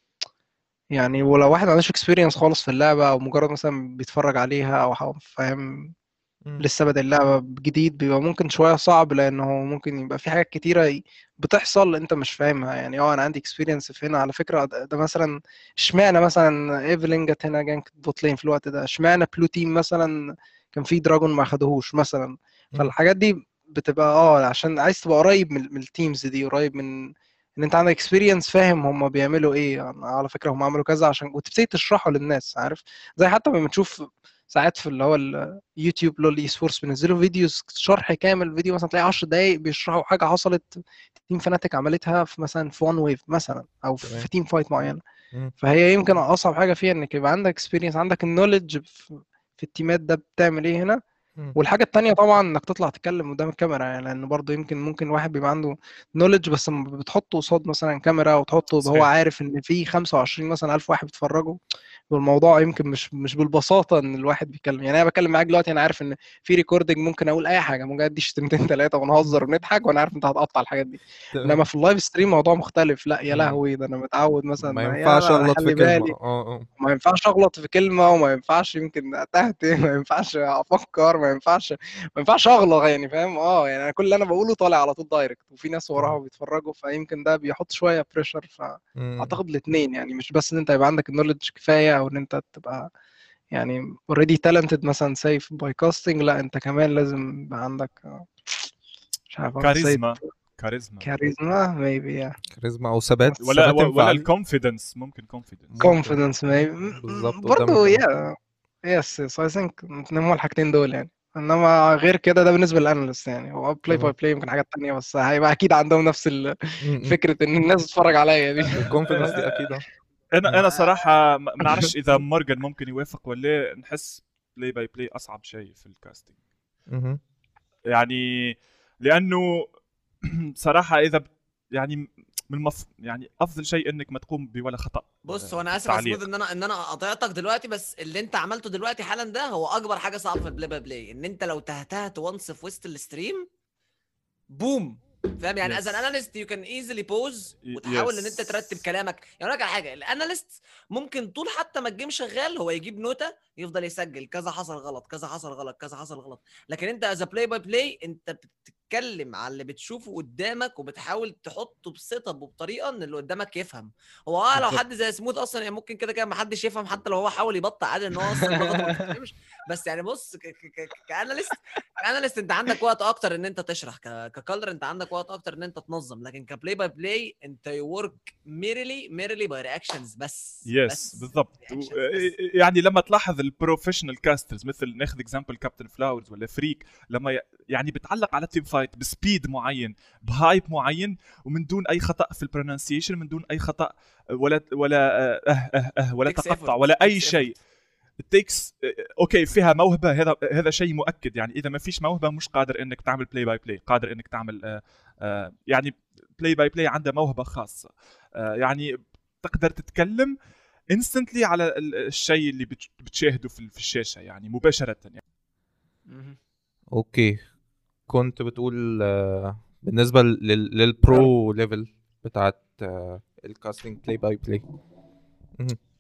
يعني، ولو واحد ما عندوش اكسبيرينس خالص في اللعبه، او مجرد مثلا بيتفرج عليها او فاهم لسه بادئ اللعبه جديد، بيبقى ممكن شويه صعب، لانه ممكن يبقى في حاجات كتيره بتحصل انت مش فاهمها يعني. انا عندي اكسبيرينس في هنا على فكره، ده مثلا اشمعنى مثلا ايفلين جت هنا جانك بوت لين في الوقت ده، اشمعنى بلو تيم مثلا كان في دراجون ما خدوهوش مثلا. فالحاجات دي بتبقى عشان عايز تبقى قريب من التيمز دي، قريب من ان انت عندك اكسبيرينس، فاهم هم بيعملوا ايه يعني. على فكره هم عملوا كذا عشان، وتبتدي تشرحه للناس، عارف؟ زي حتى لما تشوف ساعات في اللي هو اليوتيوب لول اي سبورتس بينزلوا فيديوز شرح كامل، فيديو مثلا تلاقي 10 دقايق بيشرحوا حاجه حصلت تيم فناتيك عملتها في مثلا في وان ويف مثلا، او في تيم فايت معينه. فهي يمكن اصعب حاجه فيها انك يبقى عندك اكسبيرينس، عندك النولج في التيمات ده بتعمل ايه هنا. والحاجه التانية طبعا انك تطلع تتكلم قدام الكاميرا يعني، لان برضه ممكن واحد بيبقى عنده نولج، بس لما بتحطه قصاد مثلا كاميرا، وتحطه هو عارف ان في 25 مثلا الف واحد بيتفرجوا، والموضوع يمكن مش بالبساطه ان الواحد بيتكلم يعني. انا بتكلم معاك دلوقتي انا عارف ان في ريكوردنج ممكن اقول اي حاجه، ممكن ادي شتمتين ثلاثه ونهزر ونضحك، وانا عارف انت هتقطع الحاجات دي. انما في اللايف ستريم موضوع مختلف، لا يا لهوي ده انا متعود ما مثلا ينفعش اغلط في خلي كلمه. بالي، ما ينفعش اغلط في كلمه، وما ينفعش يمكن اتهته، ما ينفعش افكر، ما ينفعش اغلط يعني، فاهم؟ يعني انا كل اللي انا بقوله طالع على طول دايركت، وفي ناس وراها بيتفرجوا، فيمكن ده بيحط شويه بريشر. فاعتقد الاثنين يعني، مش بس ان انت يبقى عندك النولج كفايه، او ان انت تبقى يعني already talented مثلا safe by casting، لا انت كمان لازم يبقى عندك مش عارف كاريزما كاريزما maybe كاريزما او ثبات، ولا انفعالي. الكونفيدنس، ممكن confidence maybe بالظبط برضه يس I think هم الحاجتين دول يعني. انما غير كده ده بالنسبه للاناليست يعني، هو بلاي باي بلاي يمكن حاجات تانية، بس هيبقى اكيد عندهم نفس فكره ان الناس تتفرج عليا دي. الكونفيدنس دي اكيد. انا صراحه ما نعرفش اذا مورجان ممكن يوافق ولا، نحس بلاي باي بلاي اصعب شيء في الكاستنج يعني، لانه صراحه اذا يعني يعني افضل شيء انك ما تقوم بولا خطا. بص هو انا اسف يا سموث ان انا قاطعتك دلوقتي، بس اللي انت عملته دلوقتي حالا ده هو اكبر حاجه صعبه في البلاي باي بلاي، ان انت لو تهتهت وانس في وسط الستريم بوم، فاهم يعني؟ از ان اناليست يو كان ايزلي بوز وتحاول ان انت ترتب كلامك يعني. اقول لك على حاجه، الاناليست ممكن طول حتى ما الجيم شغال هو يجيب نوته يفضل يسجل كذا حصل غلط، كذا حصل غلط، كذا حصل غلط. لكن انت از بلاي باي بلاي انت بتتكلم على اللي بتشوفه قدامك، وبتحاول تحطه بسيت اب وبطريقه ان اللي قدامك يفهم. هو لو حد زي سموث اصلا يعني ممكن كده ما حدش يفهم، حتى لو هو حاول يبطئ عادي ان هو اصلا لغته ما تفهمش. بس يعني بص كاناليست انت عندك وقت اكتر ان انت تشرح، ككالر انت عندك وقت اكتر ان انت تنظم، لكن كبلاي باي بلاي انت يورك ميرلي باي رياكشنز بس. يس بالضبط. يعني لما تلاحظ البروفيشنال كاسترز، مثل ناخذ اكزامبل كابتن فلاورز ولا فريك، لما يعني بتعلق على تيم فايت بسبيد معين، بهايب معين، ومن دون اي خطا في البرونانسيشن، من دون اي خطا ولا تقطع ولا اي شيء. التيكس اوكي فيها موهبه، هذا شيء مؤكد يعني. اذا ما فيش موهبه مش قادر انك تعمل بلاي باي بلاي، قادر انك تعمل يعني بلاي باي بلاي عنده موهبه خاصه يعني تقدر تتكلم انستنتلي على الشيء اللي بتشاهده في الشاشه يعني مباشره يعني. اوكي، كنت بتقول بالنسبه للبرو ليفل بتاعت الكاستنج بلاي باي بلاي.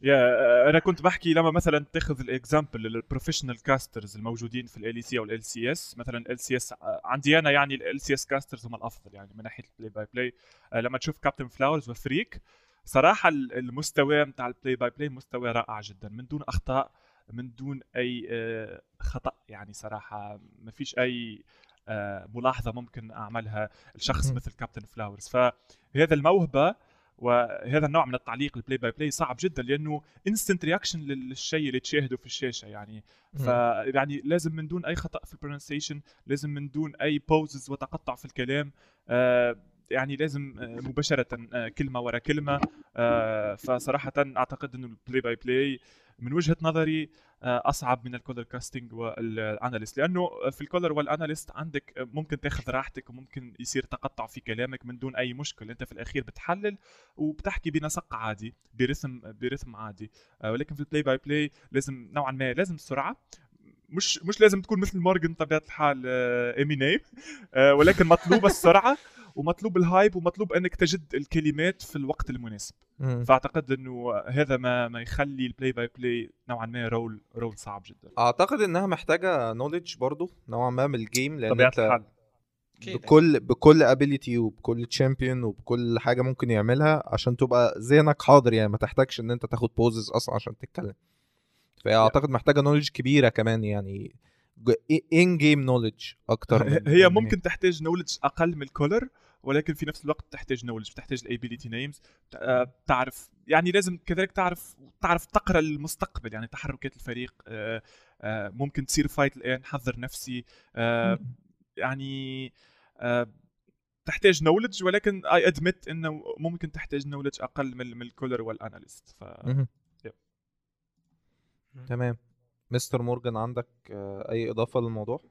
يا انا كنت بحكي لما مثلا تاخذ الاكزامبل البروفيشنال كاسترز الموجودين في ال سي او ال سي اس. مثلا ال سي اس عندي انا يعني ال سي اس كاسترز هم الافضل يعني من ناحيه البلاي باي بلاي. لما تشوف كابتن فلاورز وفريك صراحه المستوى بتاع البلاي باي بلاي مستوى رائع جدا من دون اخطاء من دون اي خطا يعني صراحه ما فيش اي ملاحظه ممكن اعملها الشخص مثل كابتن فلاورز. فهذا الموهبه وهذا النوع من التعليق البلاي باي بلاي صعب جدا لانه انستنت رياكشن للشيء اللي تشاهده في الشاشه يعني. فيعني لازم من دون اي خطا في البرونسيشن، لازم من دون اي بوزز وتقطع في الكلام، يعني لازم مباشره كلمه ورا كلمه. فصراحه اعتقد انه البلاي باي بلاي من وجهه نظري اصعب من الكولر كاستنج والاناليست، لانه في الكولر والاناليست عندك ممكن تاخذ راحتك وممكن يصير تقطع في كلامك من دون اي مشكله. انت في الاخير بتحلل وبتحكي بنسق عادي برثم عادي. ولكن في البلاي باي بلاي لازم نوعا ما لازم السرعه، مش لازم تكون مثل مورغان طبيعه الحال امينيم، ولكن مطلوب السرعه ومطلوب الهايب ومطلوب انك تجد الكلمات في الوقت المناسب. فاعتقد انه هذا ما يخلي البلاي باي بلاي نوعا ما رول صعب جدا. اعتقد انها محتاجه نوليدج برضو نوعا ما من الجيم، لان طبيعه انت الحال بكل ابيليتي وبكل تشامبيون وبكل حاجه ممكن يعملها عشان تبقى ذهنك حاضر، يعني ما تحتاجش ان انت تاخد بوزز اصلا عشان تتكلم. فاعتقد محتاجه نوليدج كبيره كمان، يعني ان جيم نوليدج اكتر من هي ممكن تحتاج نوليدج اقل من الكولر، ولكن في نفس الوقت تحتاج نوليدج، تحتاج الابيليتي نيمز، تعرف يعني لازم كذلك تعرف تقرا المستقبل، يعني تحركات الفريق. ممكن تصير فايت الان، حضر نفسي، يعني تحتاج نوليدج، ولكن اي ادمت انه ممكن تحتاج نوليدج اقل من الكولر والاناليست. تمام. مستر مورغان عندك اي اضافه للموضوع؟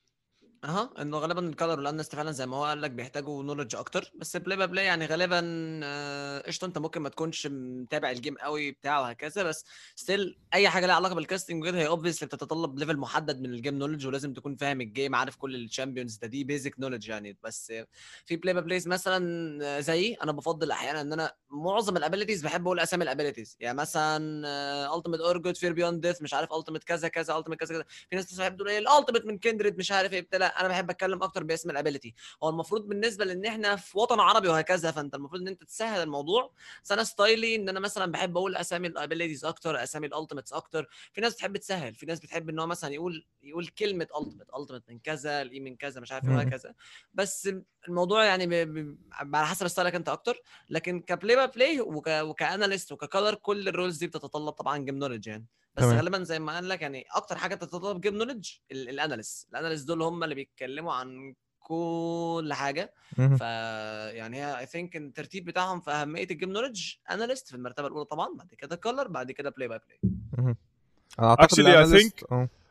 انه غالبا الكالر والانست فعلا زي ما هو قال لك بيحتاجوا نولج اكتر، بس بلاي باي بلاي يعني غالبا قشطه. انت ممكن ما تكونش متابع الجيم قوي بتاعه وهكذا، بس ستيل اي حاجه لها علاقه بالكاستنج وكده هي اوبفيسلي بتتطلب ليفل محدد من الجيم نولج، ولازم تكون فاهم الجيم، عارف كل الشامبيونز، دي بيزك نولج يعني. بس في بلاي باي بلايز مثلا زي انا بفضل احيانا ان انا معظم الابيليتيز بحب اقول اسامي الابيليتيز، يعني مثلا التيميت اورجود، فير بيوند ديث، مش عارف التيميت كذا كذا، التيميت كذا كذا. في ناس بتحب تقول ايه الالتيميت من كندريد مش عارف ايه بتاع، انا بحب اتكلم اكتر باسم الابيليتي. هو المفروض بالنسبه لان احنا في وطن عربي وهكذا، فانت المفروض ان انت تسهل الموضوع. بس انا ستايلي ان انا مثلا بحب اقول اسامي الابيليتيز اكتر، اسامي الالتيميتس اكتر. في ناس بتحب تسهل، في ناس بتحب ان هو مثلا يقول كلمه التيميت من كذا، الاي من كذا، مش عارف ايه وهكذا. بس الموضوع يعني على حسب ستايلك انت اكتر. لكن كبلاي باي بلاي وكاناليست وككلر كل الرولز دي بتتطلب طبعا جيم نولج يعني. بس غالبا زي ما قال لك يعني اكتر حاجه تتطلب جيم نولج الاناليست دول هم اللي بيتكلموا عن كل حاجه. يعني هي اي ثينك الترتيب بتاعهم في اهميه الجيم نولج، اناليست في المرتبه الاولى طبعا، بعد كده كولر، بعد كده بلاي باي بلاي. انا اعتقد الاناليست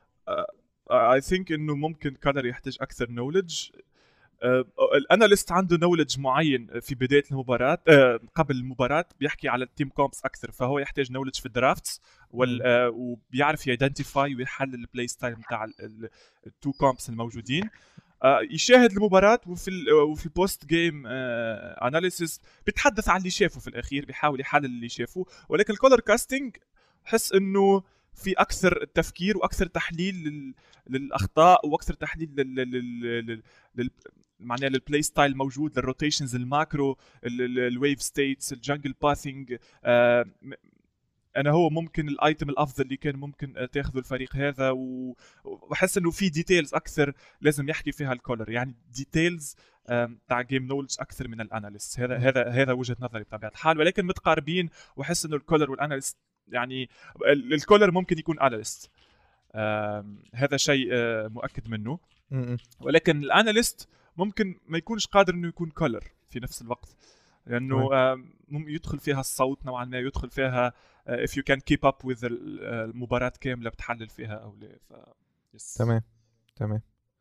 I think انه ممكن كولر يحتاج اكثر نولج. الاناليست عنده نولج معين في بدايه المباراه، قبل المباراه بيحكي على التيم كومبس اكثر، فهو يحتاج نولج في الدرافتس وبيعرف يايدنتيفاي ويحلل البلاي ستايل بتاع التو كومبس الموجودين. يشاهد المباراة وفي البوست جيم اناليسيس بيتحدث عن اللي شافه في الاخير، بيحاول يحلل اللي شافه. ولكن الكولر كاستنج حس انه في اكثر تفكير واكثر تحليل للاخطاء واكثر تحليل معناها للبلاي ستايل موجود، للروتيشنز، الماكرو، الويف ستيتس، الجنجل باثينج. انا هو ممكن الايتم الافضل اللي كان ممكن تاخذه الفريق هذا، وبحس انه في ديتيلز اكثر لازم يحكي فيها الكولر، يعني ديتيلز تاع جيم نولج اكثر من الاناليست. هذا وجهه نظري بطبيعه الحال، ولكن متقاربين. واحس انه الكولر والاناليست يعني الكولر ممكن يكون اناليست، هذا شيء مؤكد منه. ولكن الاناليست ممكن ما يكونش قادر انه يكون كولر في نفس الوقت، لانه يدخل فيها الصوت نوعا ما، يدخل فيها if you can keep up with المباراة كاملة بتحلل فيها او لا. تمام.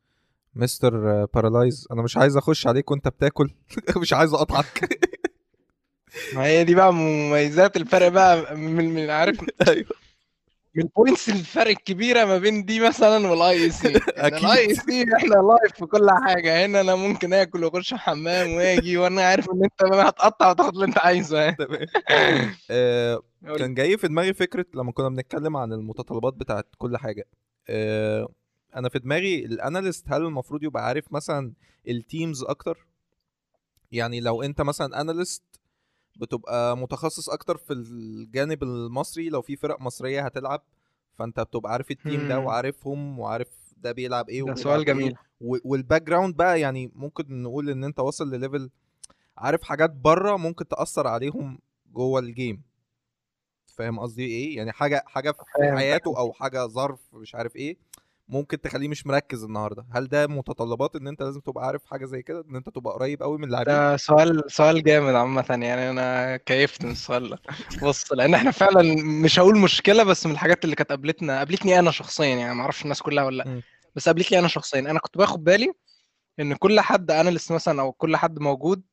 مستر بارالايز، انا مش عايز اخش عليك وانت بتاكل مش عايز اقطعك. ما هي دي بقى مميزات الفرق بقى من عارف. ايوه من البوينتس الفرق الكبيره ما بين دي مثلا والاي سي. أكيد. الاي سي احنا لايف في كل حاجه، هنا انا ممكن اكل واخش الحمام واجي وانا عارف ان انت هتقطع وتاخد اللي انت عايزه يعني. تمام. قول. كان جاي في دماغي فكرة لما كنا بنتكلم عن المتطلبات بتاعت كل حاجة. انا في دماغي الاناليست هل المفروض يبقى عارف مثلا التيمز اكتر؟ يعني لو انت مثلا اناليست بتبقى متخصص اكتر في الجانب المصري، لو في فرق مصرية هتلعب فانت بتبقى عارف التيم ده وعارفهم وعارف ده بيلعب ايه ده وبيلعب سؤال ايه جميل. والباك جراوند بقى، يعني ممكن نقول ان انت واصل لليفل عارف حاجات بره ممكن تأثر عليهم جوه الجيم. فاهم قصدي ايه؟ يعني حاجه في فاهم. حياته او حاجه ظرف مش عارف ايه ممكن تخليه مش مركز النهارده. هل ده متطلبات ان انت لازم تبقى عارف حاجه زي كده، ان انت تبقى قريب قوي من اللاعبين؟ ده سؤال جامد عامة، يعني أنا كيفت من السؤال ده. بص، لأن إحنا فعلا مش هقول مشكلة، بس من الحاجات اللي كانت قابلتني أنا شخصيا، يعني معرفش الناس كلها ولا لأ، مم. بس قابلتني أنا شخصيا. أنا كنت باخد بالي إن كل حد أناليست مثلا أو كل حد موجود،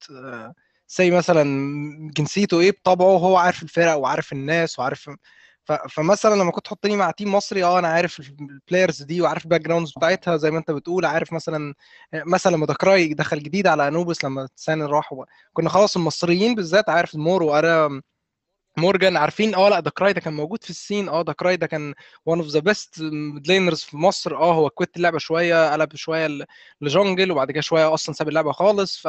زي مثلا جنسيته إيه، بطبعه هو عارف الفرق وعارف الناس وعارف. فمثلا لما كنت تحطني مع تيم مصري، انا عارف البلايرز دي وعارف الباك جراوندز بتاعتها زي ما انت بتقول، عارف مثلا لما دكراي دخل جديد على انوبس، لما تسان راح كنا خلاص المصريين بالذات، عارف مور وارا مورجان، عارفين لا دكراي ده كان موجود في السين، دكراي ده كان one of the best لينرز في مصر. هو كويت اللعبه شويه، قلب شويه لجونجل، وبعد كده شويه اصلا ساب اللعبه خالص،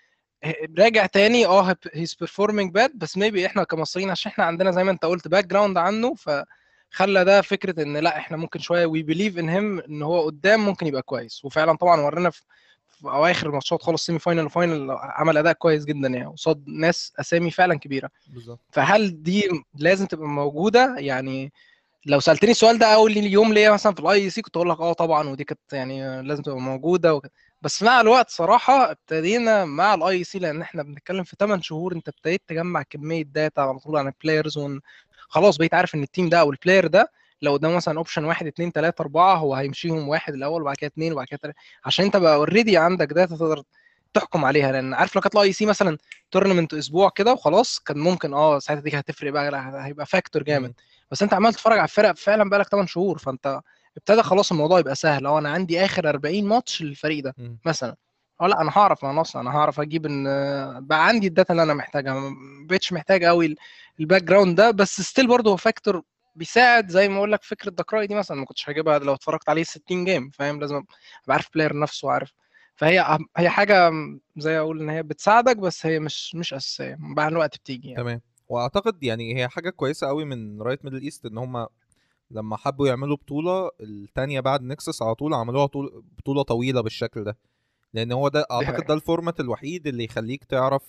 راجع تاني. هيز بيرفورمينج باد، بس ميبي احنا كمصريين عشان احنا عندنا زي ما انت قلت باك جراوند عنه، فخلى ده فكره ان لا احنا ممكن شويه وي بليف ان هيم ان هو قدام ممكن يبقى كويس. وفعلا طبعا ورانا في اواخر الماتشات خالص، سيمي فاينل وفاينل، عمل اداء كويس جدا يعني قصاد ناس اسامي فعلا كبيره. بالظبط. فهل دي لازم تبقى موجوده؟ يعني لو سالتني السؤال ده اول يوم ليا مثلا في الاي سي، كنت اقول لك طبعا، ودي كانت يعني لازم تبقى موجوده بس مع الوقت صراحه ابتدينا مع الاي سي، لان احنا بنتكلم في 8 شهور انت ابتديت تجمع كميه داتا على طول عن البلايرز، خلاص بقيت عارف ان التيم ده او البلاير ده لو قدامه مثلا اوبشن 1 2 3 4، هو هيمشيهم واحد الاول وبعد كده 2 وبعد كده 3، عشان انت بقى اوريدي عندك داتا تقدر تحكم عليها. لان عارف لو كانت الاي سي مثلا تورنمنت اسبوع كده وخلاص، كان ممكن ساعتها دي هتفرق بقى، لا، هيبقى فاكتور جامد. مم. بس انت عمال تتفرج على الفرق فعلا بقالك 8 شهور، فانت ابتدى خلاص الموضوع يبقى سهل. انا عندي اخر 40 ماتش للفريق ده مم. مثلا، لا انا هعرف، انا هعرف اجيب ان بقى عندي الداتا اللي انا محتاجها، ما بقتش محتاج قوي الباك جراوند ده. بس ستيل برضه هو فاكتور بيساعد، زي ما اقول لك فكره دكراي دي مثلا ما كنتش هجيبها لو اتفرجت عليه 60 جيم، فاهم؟ لازم ابقى عارف بلاير نفسه وعارف. فهي حاجه زي اقول ان هي بتساعدك، بس هي مش اساسيه، مع الوقت بتيجي يعني. تمام. واعتقد يعني هي حاجه كويسه قوي من رايت ميدل ايست ان هم لما حبوا يعملوا بطوله التانية بعد نكسس على طول عملوها بطوله طويله بالشكل ده، لان هو ده دي اعتقد حاجه. ده الفورمات الوحيد اللي يخليك تعرف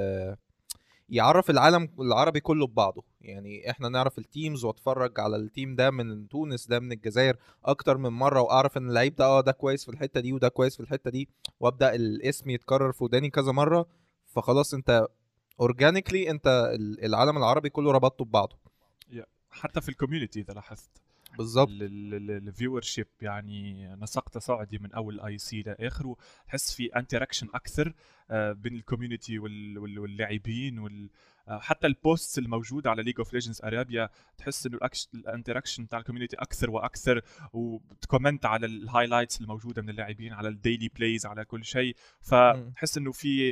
يعرف العالم العربي كله ببعضه. يعني احنا نعرف التيمز واتفرج على التيم ده من تونس ده من الجزائر اكتر من مره، واعرف ان اللعيب ده ده كويس في الحته دي وده كويس في الحته دي، وابدا الاسم يتكرر في وداني كذا مره، فخلاص انت اورجانيكلي انت العالم العربي كله ربطته ببعضه. حتى في الكوميونتي اذا لاحظت بالظبط. الفيور شيب، يعني نسقت صاعدي من اول اي سي لاخره، تحس في انتراكشن اكثر بين الكوميونتي واللاعبين حتى البوستس الموجوده على ليج اوف ليجندز ارابيا، تحس انه الانتراكشن تاع الكوميونتي اكثر واكثر، وبتكومنت على الهايلايتس الموجوده من اللاعبين، على الديلي بلايز، على كل شيء. فتحس انه في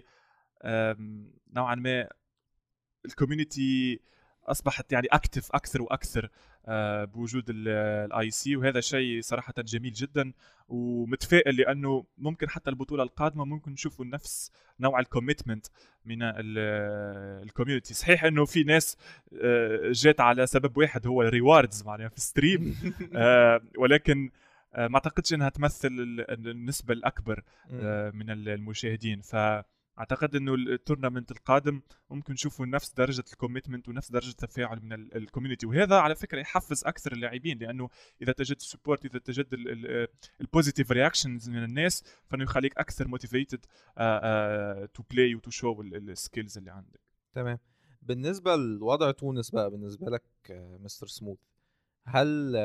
نوعا ما الكوميونتي اصبحت يعني اكتف اكثر واكثر بوجود الاي سي، وهذا شيء صراحه جميل جدا. ومتفائل لانه ممكن حتى البطوله القادمه ممكن نشوفوا نفس نوع الكوميتمنت من الكوميونتي. صحيح انه في ناس جات على سبب واحد هو الريواردز معناها في ستريم، ولكن ما اعتقدش انها تمثل النسبه الاكبر من المشاهدين. اعتقد انه التورنمنت القادم ممكن نشوفوا نفس درجه الكوميتمنت ونفس درجه التفاعل من الكوميونتي، وهذا على فكره يحفز اكثر اللاعبين، لانه اذا تجد السبورت، اذا تجد البوزيتيف رياكشنز من الناس، فانه يخليك اكثر موتيفيتد تو بلاي وتو شو السكيلز اللي عندك. تمام. بالنسبه لوضع تونس بقى بالنسبه لك مستر سموث، هل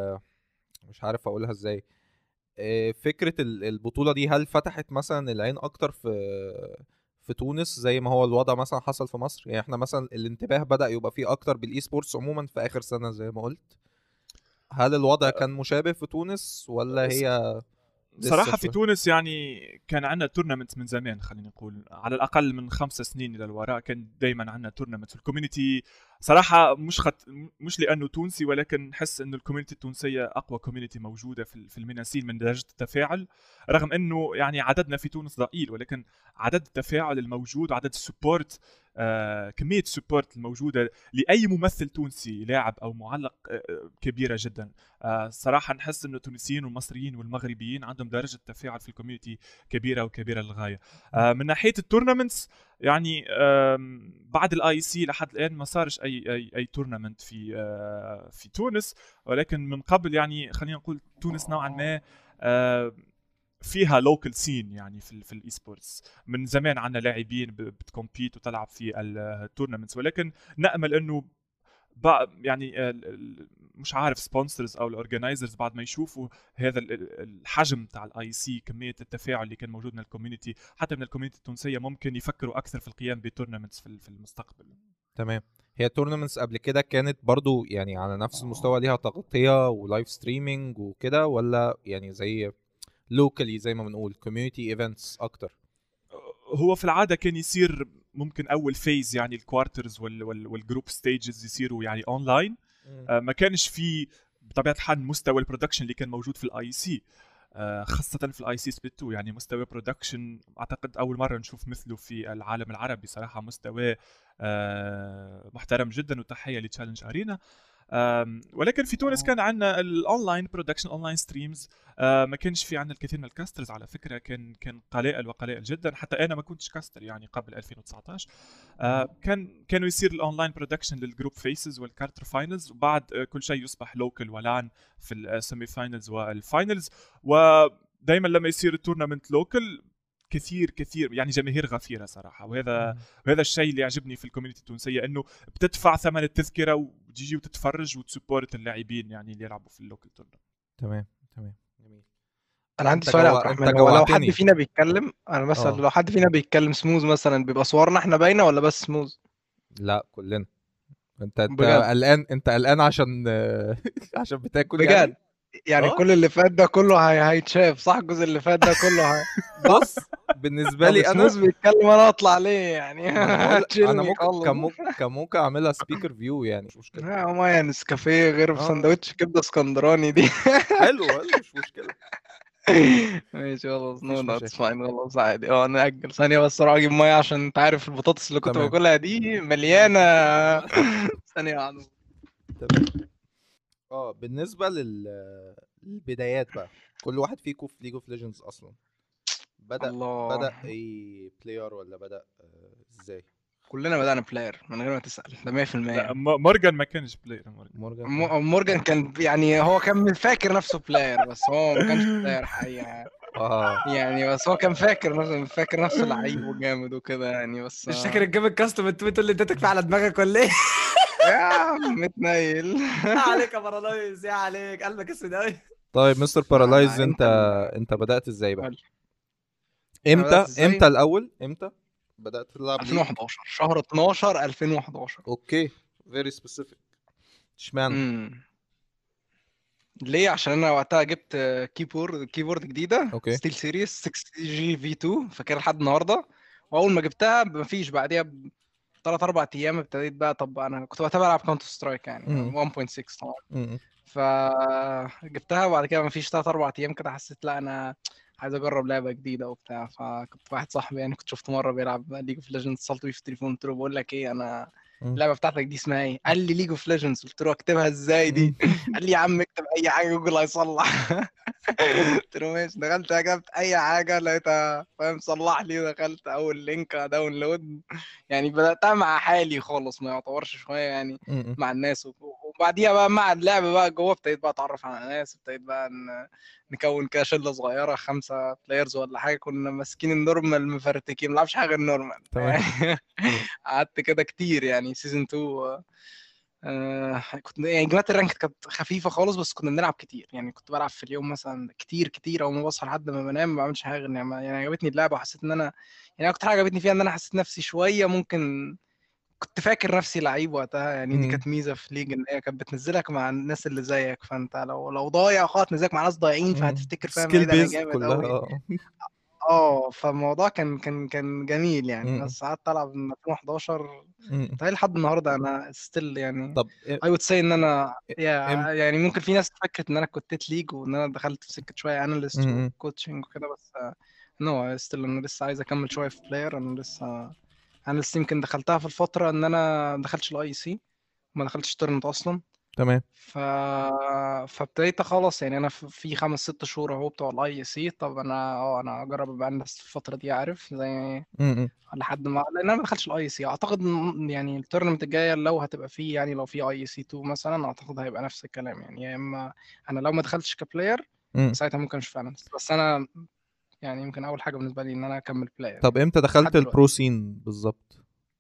مش عارف اقولها ازاي، فكرة البطولة دي هل فتحت مثلا العين اكتر في تونس زي ما هو الوضع مثلا حصل في مصر؟ يعني احنا مثلا الانتباه بدأ يبقى فيه اكتر بالاي سبورتس عموما في اخر سنة زي ما قلت، هل الوضع كان مشابه في تونس ولا هي صراحة في شوي؟ تونس يعني كان عندنا تورنمنت من زمان، خلينا نقول على الأقل من 5 سنين إلى الوراء كان دايما عندنا تورنمنت. الكوميونتي صراحة مش لأنه تونسي، ولكن نحس إنه الكوميونتي التونسية أقوى كوميونتي موجودة في المناسين من درجة التفاعل، رغم إنه يعني عددنا في تونس ضئيل، ولكن عدد التفاعل الموجود وعدد السبورت، كمية السبورت الموجودة لأي ممثل تونسي لاعب أو معلق كبيرة جدا. صراحة نحس إنه التونسيين والمصريين والمغربيين عندهم درجة تفاعل في الكوميونتي كبيرة وكبيرة للغاية. من ناحية التورنمنتس يعني بعد الاي سي لحد الآن ما صارش أي تورنمنت في تونس، ولكن من قبل يعني خلينا نقول تونس نوعا ما فيها لوكال سين يعني في الاي سبورتس. من زمان عندنا لاعبين بتكومبيت وتلعب في التورنمنتس، ولكن نأمل انه يعني مش عارف سبونسرز او الاورجنايزرز بعد ما يشوفوا هذا الحجم تاع الاي سي، كميه التفاعل اللي كان موجود من الكوميونتي حتى من الكوميونتي التونسيه، ممكن يفكروا اكثر في القيام بتورنمنتس في المستقبل. تمام. هي التورنمنتس قبل كده كانت برضو يعني على نفس المستوى، ليها تغطية ولايف ستريمينج وكده، ولا يعني زي لوكالي زي ما بنقول كوميونتي ايفنتس اكتر؟ هو في العاده كان يصير ممكن اول فيز يعني الكوارترز والجروب ستيجز يصيروا يعني اونلاين. ما كانش في بطبيعه الحال مستوى البرودكشن اللي كان موجود في الاي سي، خاصة في الاي سي سبليت 2. يعني مستوى برودكشن اعتقد اول مرة نشوف مثله في العالم العربي، صراحة مستوى محترم جدا، وتحية لتشالنج ارينا. ولكن في تونس كان عندنا الاونلاين برودكشن، اونلاين ستريمز. ما كانش في عندنا الكثير من الكاسترز على فكره، كان قلائل وقلائل جدا. حتى انا ما كنتش كاستر يعني قبل 2019. كانوا يصير الاونلاين برودكشن للجروب فيسز والكارتر فاينلز، وبعد كل شيء يصبح لوكال ولان في السيمي فاينلز والفاينلز. ودائما لما يصير التورنمنت لوكال كثير يعني جماهير غفيره صراحه. وهذا الشيء اللي يعجبني في الكوميونتي التونسيه، انه بتدفع ثمن التذكره وتجي وتتفرج وتسبورت اللاعبين يعني اللي يلعبوا في اللوكال تورنمنت. تمام جميل. انا عندي سؤال يا عبد الرحمن، هو لو حد فينا بيتكلم، انا مثلا لو حد فينا بيتكلم سموز مثلا، بيبقى صورنا احنا باينه ولا بس سموز؟ لا كلنا. انت قلقان، انت قلقان عشان عشان بتاكل بجد يعني كل اللي فات ده كله هيتشاف صح؟ الجزء اللي فات ده كله بص بالنسبه لي انا سموز بيتكلم انا اطلع ليه يعني؟ انا ممكن اعملها سبيكر فيو يعني، مش مشكله. ما يعني نسكافيه غير في سندوتش كبده اسكندراني دي. حلو مش مشكله. ماشي خلاص، نو ذاتس فاين، خلاص عادي. نأجل ثانيه بس اروح اجيب ميه، عشان انت عارف البطاطس اللي كنت باكلها دي مليانه. ثانيه واحده. تمام. بالنسبه للبدايات بقى، كل واحد فيكم في ليج اوف ليجندز اصلا بدأ اي بلاير ولا بدأ ازاي؟ كلنا بدأنا بلاير من غير ما تسأل، ده 100%. لا مورجان ما كانش بلاير. مورجان كان يعني هو كان فاكر نفسه بلاير، بس هو ما كانش بلاير حقيقة. يعني بس هو كان فاكر نفسه لعيب وجامد وكده يعني. بس مش فاكر الجيم الكاستم التويت اللي اديتك فيه على دماغك ولا ايه؟ يا عم متنيل. عليك يا بارالايز، يا عليك قلبك اسود قوي. طيب مستر بارالايز، انت بدأت ازاي بقى؟ امتى الاول؟ امتى بدأت تلعب؟ 2011 شهر 12 2011. اوكي فيري سبيسيفيك. اشمعنى؟ ليه؟ عشان انا وقتها جبت كيبورد جديده، أوكي. ستيل سيريس 6GV2 فاكر لحد النهارده. واول ما جبتها مفيش بعديها 3-4 ايام ابتديت بقى. طب انا كنت وقتها بلعب كاونتر سترايك يعني 1.6 طبعا. فجبتها وبعد كده مفيش 3-4 ايام كده حسيت لا انا عايز اجرب لعبه جديده وبتاع. فكنت واحد صاحبي يعني كنت شفته مره بيلعب ليج اوف ليجندز، اتصلت بيه في التليفون قلت له بقول لك ايه، انا اللعبه بتاعتك دي اسمها ايه؟ قال لي ليج اوف ليجندز. قلت له اكتبها ازاي دي؟ قال لي يا عم اكتب اي حاجه جوجل هيصلح. قلت له ماشي. دخلت كتبت اي حاجه لقيتها فاهم صلح لي. دخلت اول لينك داونلود يعني، بداتها مع حالي خالص ما يعتبرش شويه يعني مع الناس. وبعديها بقى مع اللعب بقى جوه ابتديت بقى اتعرف على ناس، ابتديت بقى نكون كده شله صغيره 5 بلايرز ولا حاجه، كنا ماسكين النورمال مفرتكين ما بنلعبش حاجه غير النورمال. قعدت كده كتير يعني سيزون 2. كنت يعني جماعه الرانك كانت خفيفه خالص، بس كنا بنلعب كتير يعني. كنت بلعب في اليوم مثلا كتير اول ما بصحى لحد ما بنام ما بعملش حاجه غير يعني عجبتني اللعبه، وحسيت ان انا يعني اكتر حاجه عجبتني فيها ان انا حسيت نفسي شويه ممكن كنت فاكر نفسي لعيب وقتها يعني. دي مم. كانت ميزه في ليج ان هي كانت بتنزلك مع الناس اللي زيك، فانت لو ضايع خالص تنزلك مع ناس ضايعين فهتفتكر فاهم ايه سكيل ده انا بيزد جامد كلها قوي. فالموضوع كان جميل يعني. بس قعدت العب من 2011 تخيل لحد النهارده انا ستيل يعني. طب I would say ان انا ام يعني ممكن في ناس فكرت ان انا كنت ليج وان انا دخلت في سكه شويه اناليست وكوتشنج وكده، بس نو ستيل انا لسه عايز اكمل شويه في بلاير. انا لسه يمكن دخلتها في الفتره ان انا ما دخلتش الاي سي، ما دخلتش تورنمنت اصلا. تمام. فابتديت خلاص يعني انا في 5-6 شهور اهو بتوع الاي سي. طب انا اجرب ابقى اناليست في الفتره دي، عارف زي لحد ما، لان انا ما دخلتش الاي سي. اعتقد يعني التورنمنت الجايه لو هتبقى فيه يعني لو في اي سي 2 مثلا اعتقد هيبقى نفس الكلام يعني. يا اما انا لو ما دخلتش كبلاير ساعتها ممكن اشوف اناليست، بس انا يعني يمكن اول حاجه بالنسبه لي ان انا اكمل بلاير طب يعني امتى لحد دخلت دلوقتي. البرو سين بالظبط؟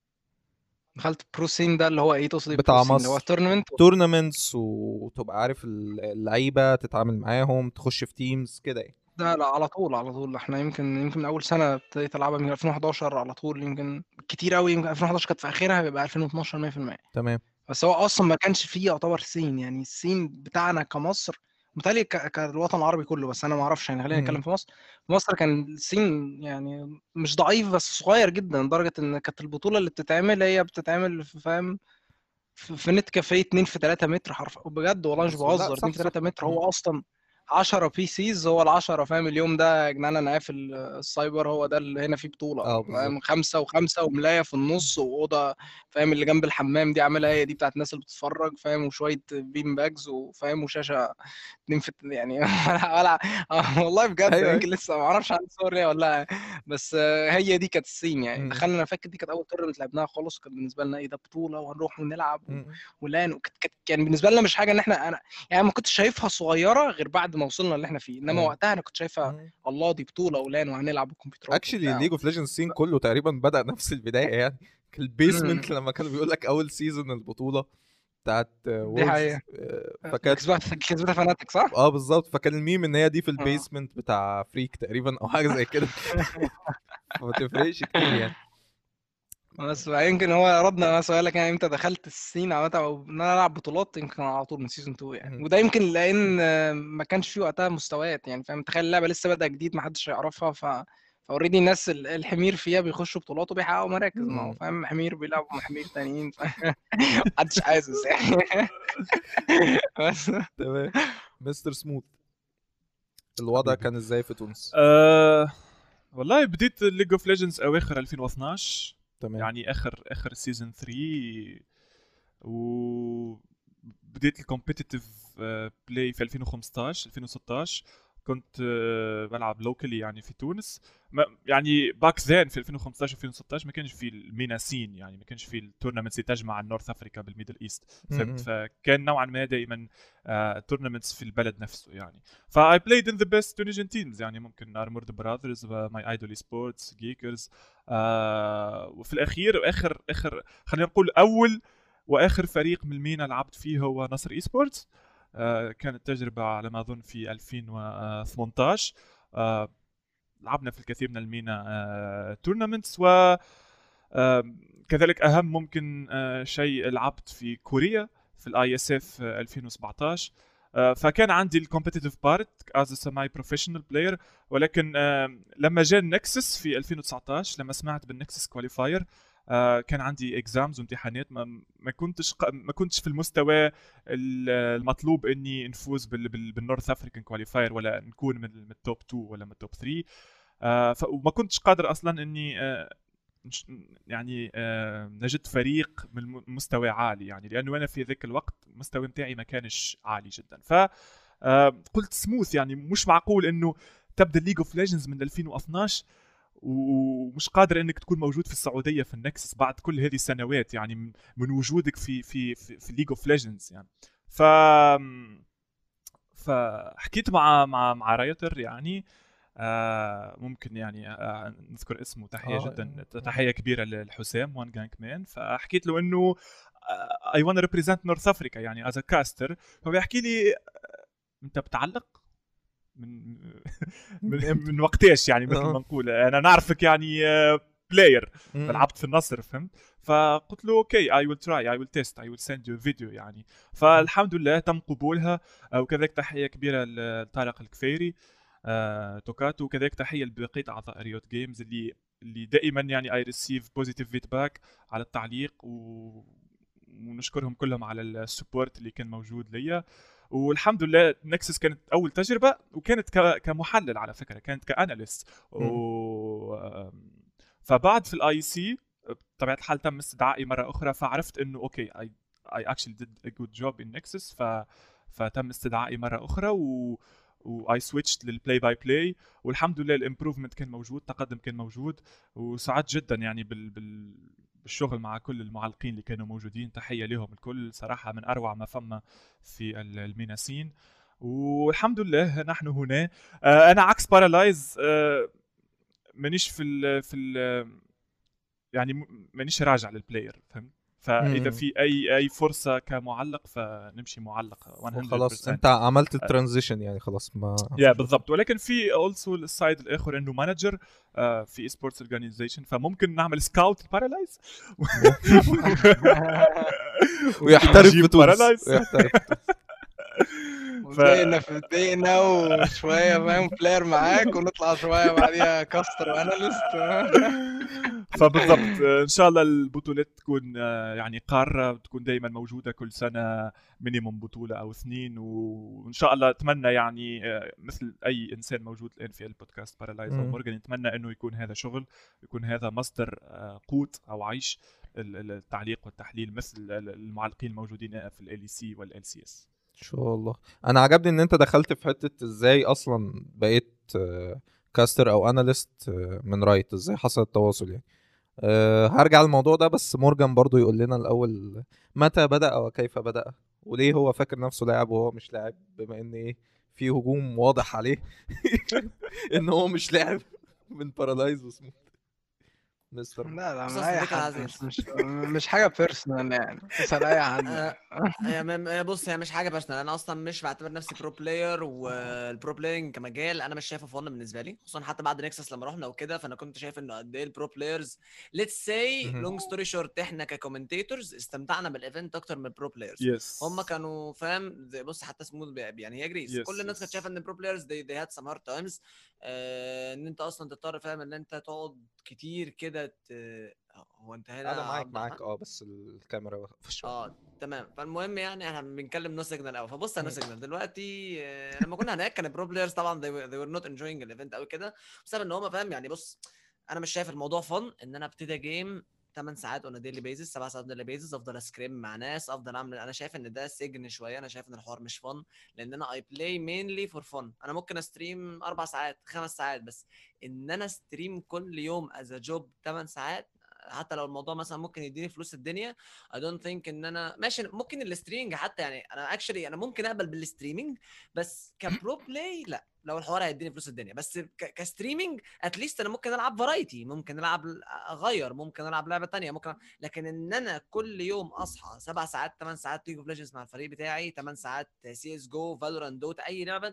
دخلت برو سين ده اللي هو ايه؟ تقصد ايه برو بتاع سين؟ اللي هو مصر، تورنمنت؟ تورنمنتس وتبقى عارف اللعيبه، تتعامل معاهم، تخش في تيمز كده يعني. لا على طول احنا يمكن من اول سنه ابتديت العبها من 2011 على طول. يمكن كتير قوي، يمكن 2011 كانت في اخرها، بيبقى 2012 100%. تمام. بس هو اصلا ما كانش فيه يعتبر سين يعني. السين بتاعنا كمصر متهيألي كالوطن العربي كله، بس انا ما اعرفش يعني. خلينا نتكلم في مصر. في مصر كان السين يعني مش ضعيف بس صغير جدا، لدرجه ان كانت البطوله اللي بتتعمل هي بتتعمل فاهم في نت كافيه 2 في 3 متر حرف بجد والله مش بس لا، بهزر. 2 صح في صح. 3 متر هو اصلا 10 بي سيز. هو ال10 فاهم اليوم ده يا جدعان انا قافل السايبر، هو ده اللي هنا فيه بطوله بالظبط. فاهم. 5 و5 وملايه في النص واوضه فاهم اللي جنب الحمام دي عاملها هي دي بتاعت الناس اللي بتتفرج فاهم، وشويه بيم باجز وفاهم وشاشه 2 في يعني ولا والله بجد ايوه يمكن لسه ما اعرفش عن سوريا ولا. بس هي دي كانت السين يعني. دخلنا انا فاكر دي كانت اول تورنمنت لعبناها خالص. كان بالنسبه لنا ايه ده بطوله وهنروح ونلعب ولان كان بالنسبه لنا مش حاجه ان انا يعني ما كنتش شايفها صغيره غير بعد ما وصلنا اللي احنا فيه. انما وقتها انا كنت شايفها الله دي بطوله ولان وهنلعب الكمبيوترات اكشلي وبتاع. ليج اوف ليجندز سين كله تقريبا بدأ نفس البدايه يعني. البيسمنت لما كانوا بيقول لك اول سيزون البطوله بتاعت دي حقيقه. فكانت كسبتها فناتك صح؟ بالظبط. فكان الميم ان هي دي في البيسمنت بتاع فريك تقريبا او حاجه زي كده. فما تفرقش كتير يعني. بس يمكن هو ردنا سؤالك يعني امتى دخلت السين عامه او ان انا العب بطولات، يمكن على طول من سيزون 2 يعني. وده يمكن لان ما كانش فيه وقتها مستويات يعني فاهم. تخيل اللعبه لسه بادئه جديد ما حدش يعرفها فاوريدي الناس الحمير فيها بيخشوا بطولات وبيحققوا مراكز. ما هو فاهم حمير بيلعبوا مع حمير تانيين محدش حاسس يعني. بس تمام. مستر سموث، الوضع كان ازاي في تونس؟ والله بديت ليج اوف ليجندز اواخر 2012. تمام. يعني اخر سيزون 3. وبديت الكومبيتيتيف بلاي في 2015 2016. كنت بلعب لوكالي يعني في تونس. يعني باك ذن في 2015 2016 ما كانش في المينا سين يعني. ما كانش في التورنمنتس اللي تجمع النورث افريكا بالميدل ايست فهمت. فكان نوعا ما دائما تورنمنتس في البلد نفسه يعني. فاي بلايد ان ذا بيست تونيجن تيمز يعني. ممكن ارمورد براذرز، ماي ايدول سبورتس، جيكرز. وفي الاخير اخر خلينا نقول اول واخر فريق من المينا لعبت فيه هو نصر اي سبورتس. كانت تجربة على ما أظن في 2018. لعبنا في الكثير من المينا تورنمنتس. و كذلك أهم ممكن شيء لعبت في كوريا في الاي اس اف 2017. فكان عندي الكومبيتيتيف بارت از سماي بروفيشنال بلاير. ولكن لما جاء النكسس في 2019 لما سمعت بالنكسس كواليفاير كان عندي اكزامز وامتحانات. ما كنتش في المستوى المطلوب اني نفوز بالنورث افريكان كواليفاير ولا نكون من التوب 2 ولا من التوب 3. وما كنتش قادر اصلا اني يعني نجد فريق من مستوى عالي يعني. لانه انا في ذاك الوقت المستوى متاعي ما كانش عالي جدا. ف قلت سموث يعني مش معقول انه تبدا ليج اوف ليجندز من 2012 ومش قادر انك تكون موجود في السعوديه في النكسس بعد كل هذه السنوات يعني من وجودك في ليج اوف ليجندز يعني. فحكيت مع رايتر يعني. ممكن يعني نذكر اسمه. تحيه جدا تحيه كبيره للحسام وان جانك مان. فحكيت له انه I want to represent North Africa يعني as a caster. فبيحكي لي انت بتعلق من وقتاش يعني مثل ما نقول. انا نعرفك يعني بلاير مم. لعبت في النصر فهمت. فقلت له اوكي اي ويل تراي اي ويل تيست اي ويل سند يو فيديو يعني. فالحمد لله تم قبولها. وكذلك تحيه كبيره لطارق الكفيري توكاتو. وكذلك تحيه لبقيه اعضاء ريوت جيمز اللي دائما يعني اي ريسيف بوزيتيف فيدباك على التعليق ونشكرهم كلهم على السبورت اللي كان موجود ليا. والحمد لله نكسس كانت اول تجربه، وكانت كمحلل على فكره، كانت كاناليست فبعد في الاي سي بطبيعه الحال تم استدعائي مره اخرى، فعرفت انه اوكي اي actually did a good job in Nexus. فتم استدعائي مره اخرى واي سويتشت للبلاي باي بلاي، والحمد لله الامبروفمنت كان موجود، تقدم كان موجود، وسعدت جدا يعني بالشغل مع كل المعلقين اللي كانوا موجودين. تحيه لهم الكل صراحه، من اروع ما فما في الميناسين. والحمد لله نحن هنا. انا عكس بارالايز مانيش في ال يعني مانيش راجع للبلاير فهمت. فاذا في اي فرصه كمعلق فنمشي معلق 100%. خلاص انت عملت الترانزيشن يعني خلاص ما يا بالضبط. ولكن في اولسو السايد الاخر انه مانجر في سبورتس اورجانيزيشن، فممكن نعمل سكاوت بارالايز ويحترف في تونس ويحترف. بدينا وشويه فاهم بلاير معاك، ونطلع شويه بعديها كاستر واناليست. فبالضبط ان شاء الله البطولات تكون يعني قاره تكون دائما موجوده كل سنه، مينيموم بطوله او 2، وان شاء الله اتمنى يعني مثل اي انسان موجود الان في البودكاست بارالايز او مورجان، نتمنى انه يكون هذا شغل، يكون هذا مصدر قوت او عيش التعليق والتحليل مثل المعلقين الموجودين في ال سي والال سي اس. ان شاء الله. انا عجبني ان انت دخلت في حته ازاي اصلا بقيت كاستر او اناليست من رايت، ازاي حصل التواصل يعني. هرجع للموضوع ده، بس مورجان برضو يقول لنا الاول متى بدأ وكيف بدأ، وليه هو فاكر نفسه لاعب وهو مش لاعب، بما ان ايه في هجوم واضح عليه ان هو مش لاعب من بارالايز وسموث. مستر لا بص من أصل اي الفكرة حد، عزيز. مش حاجه بيرسونال يعني، اسال اي حد. بص هي مش حاجه بيرسونال، انا اصلا مش بعتبر نفسي برو بلاير، والبرو بلاينج كمجال انا مش شايفه فن بالنسبه لي، خصوصا حتى بعد نكسس لما رحنا وكده، فانا كنت شايف انه قد ايه البرو بلايرز ليتس سي لونج ستوري شورت، احنا ككومنتيتورز استمتعنا بالايفنت اكتر من البرو بلايرز. هم كانوا فاهم بص حتى سموث يعني هي جريس، كل الناس كانت شايفه ان البرو بلايرز they had some hard times، ان انت اصلا تضطر فاهم ان انت تقعد كتير كده هو انت هنا انا معاك بس الكاميرا في تمام. فالمهم يعني احنا بنتكلم نو سيجنال قوي، فبص يا نو سيجنال دلوقتي لما كنا هناك كان البرو بلايرز طبعا they were not enjoying الايفنت قوي كده، بسبب ان هم فاهم يعني. بص انا مش شايف الموضوع فن ان انا ابتدي جيم 8 ساعات اون ديلي بيزس، 7 ساعات اون ديلي بيزس، افضل اسكريم مع ناس، افضل اعمل، انا شايف ان ده سجن شويه، انا شايف ان الحوار مش فن، لان انا اي بلاي مينلي فور فن. انا ممكن استريم 4 ساعات 5 ساعات، بس ان انا استريم كل يوم از جوب 8 ساعات، حتى لو الموضوع مثلا ممكن يديني فلوس الدنيا I don't think ان انا ماشي. ممكن الاستريمنج حتى يعني انا اكشلي انا ممكن اقبل بالاستريمنج، بس كبرو بلاي لا، لو الحوار هيديني فلوس الدنيا. بس كستريمنج اتليست انا ممكن العب فرايتي، ممكن العب اغير، ممكن العب لعبه تانية، ممكن لكن ان انا كل يوم اصحى 7 ساعات 8 ساعات ليج اوف ليجندز مع الفريق بتاعي، 8 ساعات سي اس جو فالورانت دوتا اي لعبه،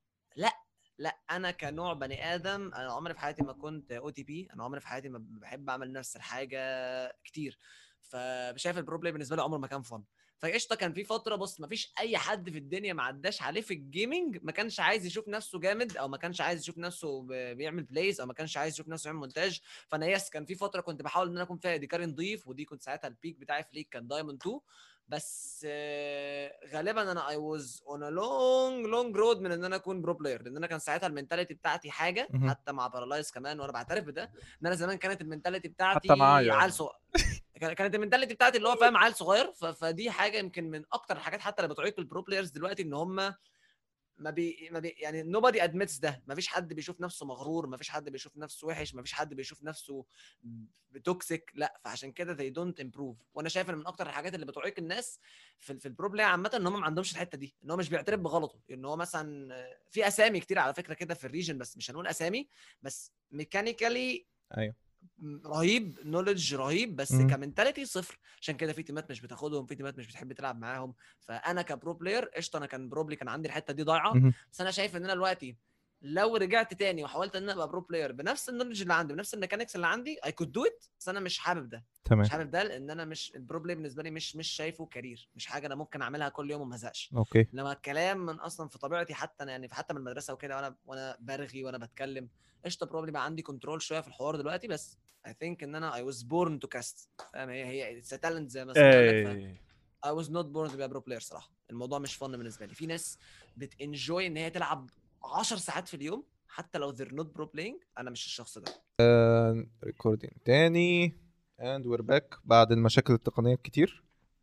لا انا كنوع بني ادم انا عمري في حياتي ما كنت او تي بي، انا عمري في حياتي ما بحب اعمل نفس الحاجه كتير، فشايف البرو بلاي بالنسبه لي عمره ما كان فن. فقشطه كان في فتره بص ما فيش اي حد في الدنيا ما عداش عليه في الجيمنج ما كانش عايز يشوف نفسه جامد، او ما كانش عايز يشوف نفسه بيعمل بلايز، او ما كانش عايز يشوف نفسه يعمل مونتاج. فانا كان في فتره كنت بحاول ان انا اكون فيها ديكاري نضيف، ودي كنت ساعتها البيك بتاعي في ليج كان دايموند 2، بس غالبا انا اي واز اون ا لونج رود من ان انا اكون برو بلاير، لان انا كان ساعتها المينتاليتي بتاعتي حاجه، حتى مع بارالايز كمان وانا بعترف بده، ان انا زمان كانت المينتاليتي بتاعتي حتى معايا عيل كانت المينتاليتي بتاعتي اللي هو فاهم عيل صغير. فدي حاجه يمكن من اكتر الحاجات حتى اللي بتعيق البرو بلايرز دلوقتي، ان هم ما بي يعني nobody admits ده، ما فيش حد بيشوف نفسه مغرور، ما فيش حد بيشوف نفسه وحش، ما فيش حد بيشوف نفسه توكسيك، لا. فعشان كده they don't improve. وانا شايف ان من اكتر الحاجات اللي بتعيق الناس في البرو بلاي عامه ان هم ما عندهمش الحته دي، ان هو مش بيعترف بغلطه، ان هو مثلا في اسامي كتير على فكره كده في الريجن، بس مش هنقول اسامي، بس ميكانيكالي ايوه رهيب، نوليدج رهيب، بس كمنتاليتي صفر. عشان كده في تيمات مش بتاخدهم، في تيمات مش بتحب تلعب معاهم. فانا كبرو بلاير قشطه، انا كان بروبلي كان عندي الحته دي ضايعه، بس انا شايف ان انا دلوقتي لو رجعت تاني وحاولت ان انا ابقى برو بلاير بنفس النولج اللي عندي بنفس الميكانكس اللي عندي I could do it، بس انا مش حابب ده. تمام مش حابب ده لان انا مش البرو بلاي بالنسبه لي مش شايفه كارير، مش حاجه انا ممكن اعملها كل يوم وما ازهقش. اوكي لما الكلام من اصلا في طبيعتي حتى أنا يعني حتى من المدرسه وكده وانا برغي وانا بتكلم قشطه بروبلي بقى عندي كنترول شويه في الحوار دلوقتي، بس I think ان انا I was born to cast، فاهم؟ هي it's a talent زي ما سمعنا لك. ايه I was not born to be a pro player صراحه. الموضوع مش فن بالنسبه لي. في ناس بتنجوي ان هي تلعب 10 ساعات في اليوم حتى لو they're not pro playing. انا مش الشخص ده. ريكوردينج تاني and we're back بعد المشاكل التقنية الكتير.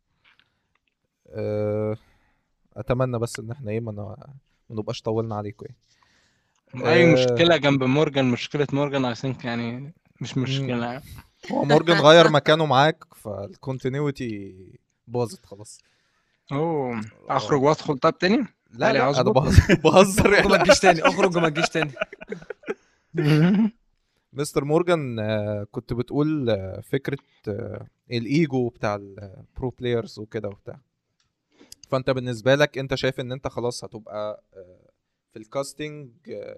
اتمنى بس ان احنا ايه ما نبقاش طولنا عليكم يعني. اي مشكله جنب مورجان، مشكله مورجان اي ثينك يعني مش مشكله يعني. هو مورجان غير مكانه معاك فالكونتينيوتي باظت خلاص. اوه اخرج وادخل طب تاني. لا تعالي لا انا هظبط. بهزر اخرج وما يعني. تجيش تاني، اخرج وما تجيش تاني. مستر مورجان كنت بتقول فكرة الايجو بتاع البرو بلايرز وكده وبتاع. فانت بالنسبة لك انت شايف ان انت خلاص هتبقى في الكاستنج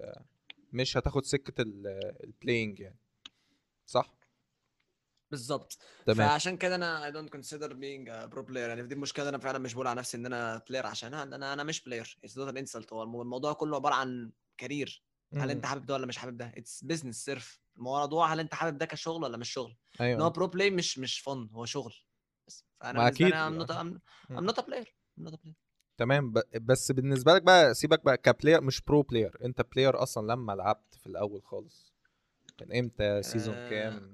مش هتاخد سكة البلاينج يعني، صح؟ بالظبط. تمام فعشان كده انا I don't consider being a pro player. يعني دي المشكله، انا فعلا مش بقول على نفسي ان انا بلاير عشانها. انا مش بلاير. it's not an insult. هو الموضوع كله عباره عن كارير. هل انت حابب ده ولا مش حابب ده؟ it's business صرف. الموضوع هل انت حابب ده كشغل ولا مش شغل؟ ان هو ايوه برو بلاي مش فن، هو شغل بس. فانا ما بالنسبه اكيد لي I'm not a player. I'm not a player. تمام. بس بالنسبة لك بقى سيبك بقى كبلاير مش برو بلاير، انت بلاير اصلا لما لعبت في الاول خالص كان امتى؟ سيزون كام؟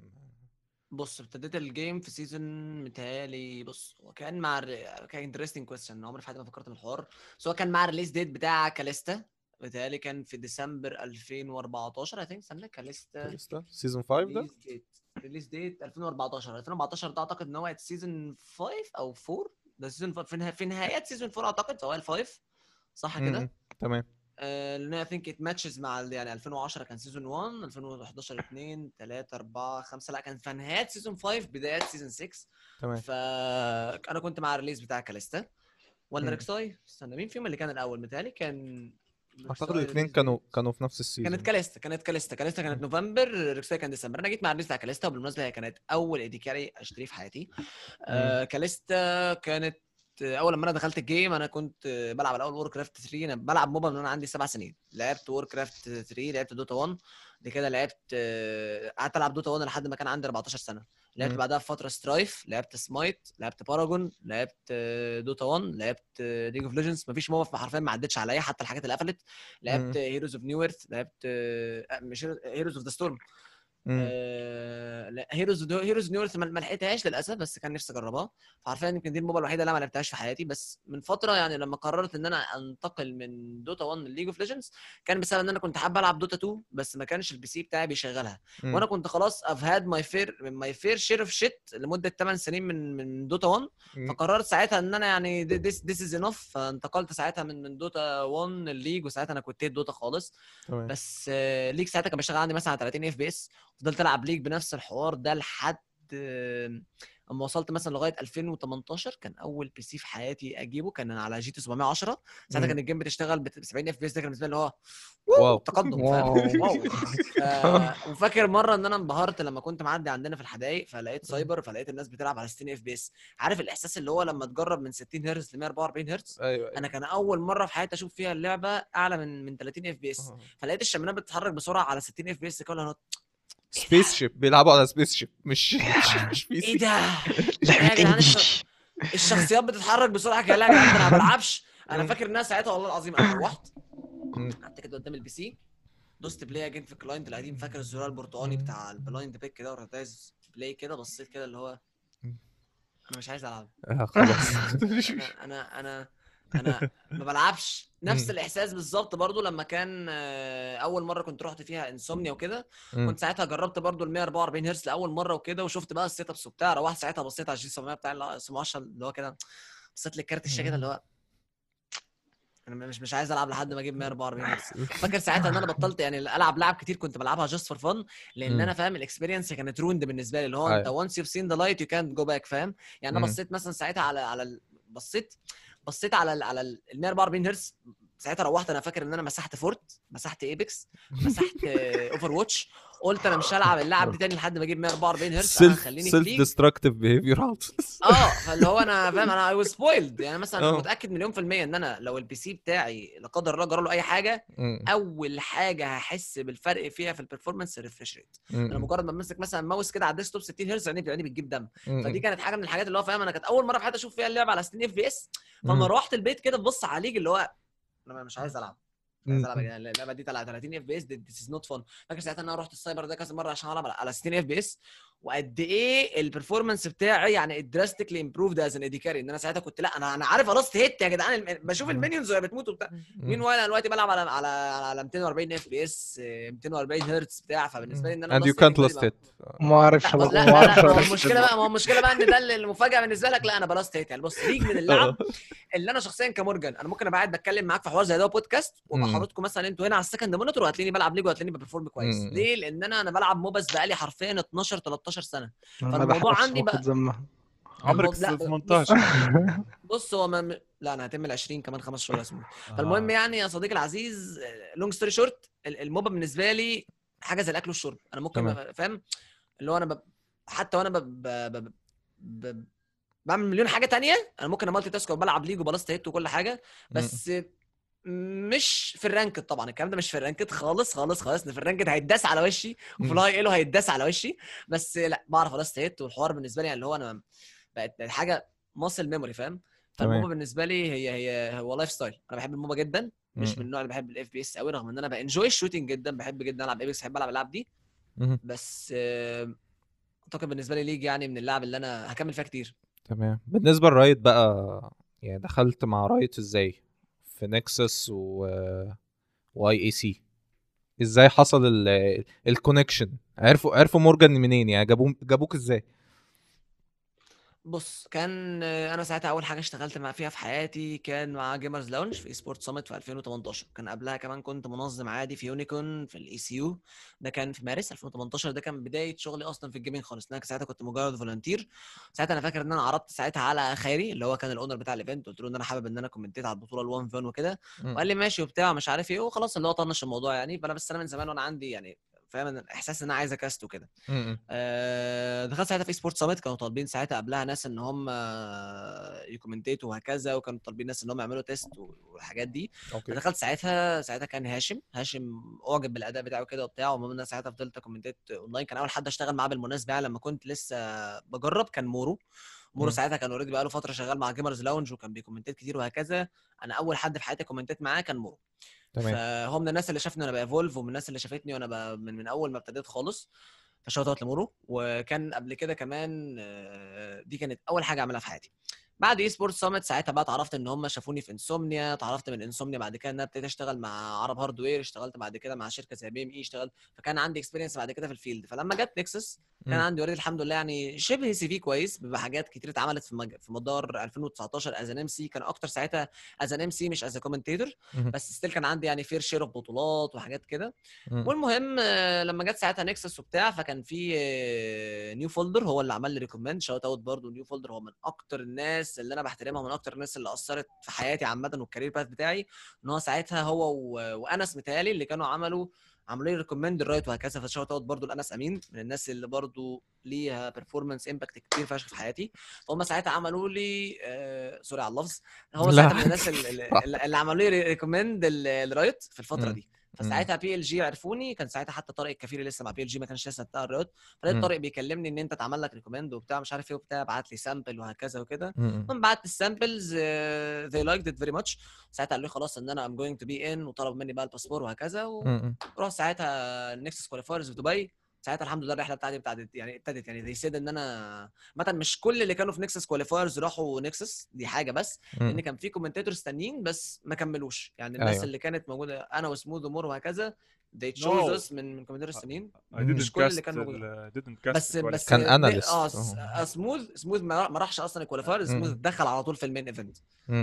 بص ابتديت الجيم في سيزون متهيألي. بص هو كان مع كان انترستنج كويستشن، عمري في حياتي ما فكرت في الحوار. بس هو كان مع الريليز ديت بتاع كاليستا، متهيألي كان في ديسمبر 2014 اي ثينك. استنى كاليستا سيزون 5 ده ريليز ديت 2014 ده اعتقد ان هو سيزون 5 او 4. ده سيزون في نهايات سيزون 4 اعتقد، فهو ال5 صح كده. تمام لان اي ثينك ات ماتشز مع يعني 2010 كان سيزون 1، 2011 2 3 4 5 لا كان في نهايات سيزون 5 بدايات سيزون 6. تمام فانا كنت مع الريليز بتاع كاليستا ولا مم. ريكساي. استنى مين فيهم اللي كان الاول؟ متهيألي كان اعتقد ريكساي الاثنين ريليز ديت. كانوا في نفس السيزون. كانت كاليستا كانت نوفمبر، ريكساي كان ديسمبر. انا جيت مع الريليز بتاع كاليستا، وبالمناسبه هي كانت اول ايدي كاري اشتريه في حياتي. كاليستا كانت اول لما انا دخلت الجيم انا كنت بلعب الاول وور كرافت 3. انا بلعب موبا من وانا عندي 7 سنين. لعبت وور كرافت 3، لعبت دوتا 1، بعد كده لعبت قعدت العب دوتا 1 لحد ما كان عندي 14 سنه. لعبت بعدها في فتره سترايف، لعبت سمايت، لعبت باراجون، لعبت دوتا 1، لعبت ليج اوف ليجندز. مفيش موبا حرفيا ما عدتش عليا حتى الحاجات اللي قفلت. لعبت هيروز اوف نيو ايرث، لعبت مش هيروز اوف ذا ستورم. لا هيروز نيو ايرث ما لحقتهاش للاسف، بس كان نفسي اجربها. فعارفين يمكن دي الموبا الوحيده اللي ما لعبتهاش في حياتي. بس من فتره يعني لما قررت ان انا انتقل من دوتا 1 لليج اوف ليجندز كان بسبب ان انا كنت حابب العب دوتا 2 بس ما كانش البي سي بتاعي بيشغلها. وانا كنت خلاص I've had my fair share of shit لمده 8 سنين من دوتا 1. فقررت ساعتها ان انا يعني this is enough. فانتقلت ساعتها من دوتا 1 للليج، وساعتها انا كنت دوتا خالص. بس ليج ساعتها كان بيشتغل عندي مثلا على 30 اف بي اس. فضلت العب ليج بنفس الحوار ده لحد اما وصلت مثلا لغايه 2018. كان اول بي سي في حياتي اجيبه كان على جي تي 710. ساعتها كان الجيم بتشتغل ب 70 اف بي اس. ده كان بالنسبه لي اللي هو واو تقدم، واو. وفاكر مره ان انا انبهرت لما كنت معدي عندنا في الحدائق فلقيت سايبر، فلقيت الناس بتلعب على 60 اف بي اس. عارف الاحساس اللي هو لما تجرب من 60 هرتز ل 144 هرتز؟ أيوة. انا كان اول مره في حياتي اشوف فيها اللعبه اعلى من 30 اف بي اس. فلقيت الشمانات بتتحرك بسرعه على 60 اف بي اس. كلها سبيس شيب بيلعبوا على سبيس شيب مش بي سي. ايه ده؟ يا جدعان الشخصيات بتتحرك بسرعه كده. لا يا جدعان انا ما بلعبش. انا فاكر انها ساعتها والله العظيم انا روحت قعدت كده قدام البي سي، دوست بلاي اجين في الكلاينت القديم. فاكر الزرار البرتقاني بتاع البلايند بيك كده، ورحت دايس بلاي كده. بصيت كده اللي هو انا مش عايز العب خلاص. انا ما بلعبش. نفس الاحساس بالظبط برضو لما كان اول مره كنت رحت فيها انسومنيا وكده. كنت ساعتها جربت برضو ال 144 هرتز لاول مره وكده، وشفت بقى السيت ابس وبتاع. روحت ساعتها بصيت على الجي 700 بتاع ال 710 اللي هو كده، بصيت للكارت الشاشه كده اللي هو انا مش عايز العب لحد ما اجيب 144 هرتز. فاكر ساعتها ان انا بطلت يعني العب لعب كتير كنت بلعبها جاست فور فن، لان انا فاهم الاكسبيرينس كانت روند بالنسبه لي. اللي هو انت وانس يو سين ذا لايت يو كانت جو باك، فاهم يعني. انا بصيت مثلا ساعتها على بصيت على ال 144 هرتز ساعتها روحت انا فاكر ان انا مسحت فورت، مسحت ايبكس، مسحت اوفر واتش. قلت انا مش هلعب اللعب دي تاني لحد ما اجيب 144 هرتز، انا خليني في سيلف ليج. ديستركتيف بيهيفير. فاللي هو انا فاهم انا اي واز سبويلد يعني. مثلا اه. متاكد مليون في الميه ان انا لو البي سي بتاعي لا قدر الله جرى له اي حاجه، اول حاجه هحس بالفرق فيها في البرفورمانس الريفرش ريت. انا مجرد ما امسك مثلا ماوس كده على الديسكتوب 60 هرتز عيني بتجيب دم. فدي كانت حاجه من الحاجات اللي هو فاهم انا كانت اول مره في حياتي اشوف فيها اللعبه على 60 اف بي اس. فلما روحت البيت كده ببص على ليج اللي هو انا مش عايز العب، مش عايز العب يعني. اللعبه دي طالعه 30 اف بي اس، ذيس از نوت فن. فاكر ساعتها ان انا رحت السايبر ده كذا مره عشان العب على 60 اف بي اس، وقد ايه البرفورمانس بتاعي يعني دراستيكلي امبروفد از ان ايدي كاري. ان انا ساعتها كنت لا انا عارف خلاص هيت يا جدعان، بشوف المينيونز وهي بتموت وبتاع. مين وانا دلوقتي بلعب على 240 اف بي اس 240 هرتز بتاع. فبالنسبه لي ان انا and you لاست can't بالنسبه last لي it. ما اعرفش لا ما اعرفش ما هو المشكله بقى، ان ده المفاجاه بالنسبه لك. لا انا بلاست هيت يعني. بص ليج من اللعب اللي انا شخصيا كمورجان انا ممكن ابقى قاعد بتكلم معاك في حوار زي ده بودكاست، وابقى حاططكم مثلا انتوا هنا على السكند مونيتور وهتلاقيني بلعب ليج وهتلاقيني ببرفورم كويس. ليه؟ لان انا بلعب موباس بقالي حرفيا 12 13 سنه. فالموضوع عندي بقى عمرك لا 18. بص هو لا انا هتم 20 كمان 5 شهور اسمه. فالمهم يعني يا صديقي العزيز، لونج ستوري شورت، الموبا بالنسبه لي حاجه زي الاكل والشرب. انا ممكن فاهم اللي هو انا حتى وانا بعمل مليون حاجه تانية. انا ممكن امالتي تاسك وبلعب ليج وبلاست هيت وكل حاجه، بس مش في الرانكد طبعا. الكلام ده مش في الرانكد خالص خالص خالص. في الرانكد هيتداس على وشي، وفي الهاي ايلو هيتداس على وشي. بس لا بعرف بلاست هيت. والحوار بالنسبه لي اللي هو انا بقت حاجه ماسل ميموري فاهم. فالموبا بالنسبه لي هو لايف ستايل. انا بحب الموبا جدا، مش من النوع اللي بحب الاف بي اس قوي، رغم ان انا بانجوي الشوتنج جدا، بحب جدا العب ايبكس، بحب العب الالعاب دي. بس اعتقد بالنسبه لي ليج يعني من اللعب اللي انا هكمل فيها كتير. تمام. بالنسبه لرايت بقى، يعني دخلت مع رايت ازاي في نكسس واي اي سي؟ ازاي حصل الكونكشن؟ عرفوا مورجان منين يعني؟ جابوك ازاي؟ بص كان انا ساعتها اول حاجه اشتغلت فيها في حياتي كان مع جيمرز لاونج في سبورت سامت في 2018. كان قبلها كمان كنت منظم عادي في يونيكون في الاي سي يو. ده كان في مارس 2018. ده كان بدايه شغلي اصلا في الجيمنج خالص. انا ساعتها كنت مجرد فولنتير. ساعتها انا فاكر ان انا عرضت ساعتها على خيري اللي هو كان الاونر بتاع الايفنت، قلت له ان انا حابب ان انا كومنتيت على البطوله الوان فان وكده، وقال لي ماشي وبتاع مش عارف ايه وخلاص اللي هو طنش الموضوع يعني. فانا بس انا من زمان وانا عندي يعني فاهم احساس ان انا عايز اكاست وكده. دخلت ساعتها في سبورت سامت. كانوا طالبين ساعتها قبلها ناس ان هم يكومنتيتوا وهكذا، وكانوا طالبين ناس ان هم يعملوا تيست والحاجات دي. فدخلت ساعتها كان هاشم اعجب بالاداء بتاعه كده وبتاع. ومن انا ساعتها فضلت كومنتيت اونلاين. كان اول حد اشتغل معاه بالمناسبه يعني لما كنت لسه بجرب كان مورو ساعتها كان اوريدي بقاله فتره شغال مع جيمرز لاونج وكان بيكومنتيت كتير وهكذا. انا اول حد في حياتي كومنتيت معاه كان مورو. فهو من الناس اللي شافني وانا بايفولف، ومن الناس اللي شافتني وانا من اول ما ابتديت خالص. فشوت اوت لمورو. وكان قبل كده كمان دي كانت اول حاجه اعملها في حياتي. بعد اي سبورت سامت ساعتها بقى اتعرفت ان هم شافوني في انسومنيا. اتعرفت من انسومنيا بعد كده ان انا ابتديت اشتغل مع عرب هاردوير. اشتغلت بعد كده مع شركه زي بي ام اي اشتغلت. فكان عندي اكسبيرينس بعد كده في الفيلد. فلما جت نكسس كان عندي اوريدي الحمد لله يعني شبه سي في كويس بحاجات كتير اتعملت في مدار 2019 از ان ام سي. كان اكتر ساعتها از ان ام سي مش از كومنتيتور، بس ستيل كان عندي يعني فير شير اوف بطولات وحاجات كده. والمهم لما جت ساعتها نكسس وبتاع فكان في نيو فولدر هو اللي عمل لي ريكومند. شوت اوت برضه نيو فولدر، هو من اكتر الناس اللي انا بحترمها ومن اكتر الناس اللي اثرت في حياتي عامه والكارير باث بتاعي. ان هو ساعتها هو وانس متهيألي اللي كانوا عملوا لي ريكومند الرايت وهكذا. فشوت اوت برضه لانس امين من الناس اللي برضه ليها بيرفورمانس امباكت كتير فشخ في حياتي. فهم ساعتها عملوا لي سوري على اللفظ، هو ساعتها من الناس اللي عملوا لي ريكومند الرايت في الفتره دي. فساعتها بي ال جي عرفوني. كان ساعتها حتى طارق الكفيري لسه مع بي ال جي، ما كانش لسه بتاع الرياض. فلقيت طارق بيكلمني ان انت اتعمل لك ريكومند وبتاع مش عارف ايه وبتاع، بعت لي سامبل وهكذا وكده. المهم بعت السامبلز they liked it very much. ساعتها قال لي خلاص ان انا I'm going to be in وطلب مني بقى الباسبور وهكذا. ورحت ساعتها نكسس كواليفايرز في دبي. ساعتها الحمد لله الرحله بتاعتي ابتدت يعني زي سيد ان انا مثلا مش كل اللي كانوا في نكسس كواليفايرز راحوا نكسس. دي حاجه بس لان كان في كومنتاتورز تانيين بس ما كملوش يعني. الناس اللي كانت موجوده انا وسموذ ومور وهكذا they chose us من كومنتاتورز تانيين. مش كل اللي كان موجود بس كان اناليست. سموث ما راحش اصلا الكواليفايرز. سموث دخل على طول في المين ايفنت.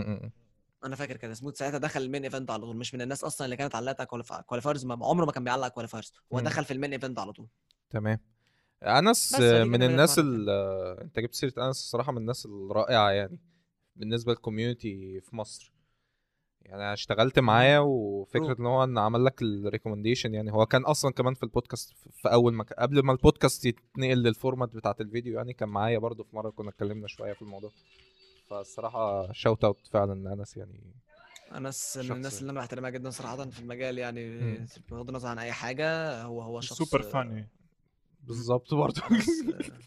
انا فاكر كده سموث ساعتها دخل المين ايفنت على طول. مش من الناس اصلا اللي كانت علقت على كواليفايرز. عمره ما كان بيعلق كواليفايرز. هو دخل في المين ايفنت على طول. تمام. انس من الناس انت جبت سيره انس الصراحه من الناس الرائعه يعني بالنسبه للكوميونتي في مصر. يعني انا اشتغلت معاه، وفكره ان هو عمل لك الريكومنديشن. يعني هو كان اصلا كمان في البودكاست في اول ما قبل ما البودكاست يتنقل للفورمات بتاعت الفيديو، يعني كان معايا برضو في مره كنا اتكلمنا شويه في الموضوع. فالصراحه شوت اوت فعلا انس، يعني انس من شخص الناس اللي انا بحترمها جدا صراحه في المجال، يعني مم. بغض النظر عن اي حاجه، هو شخص سوبر فاني. بالظبط برضو. انس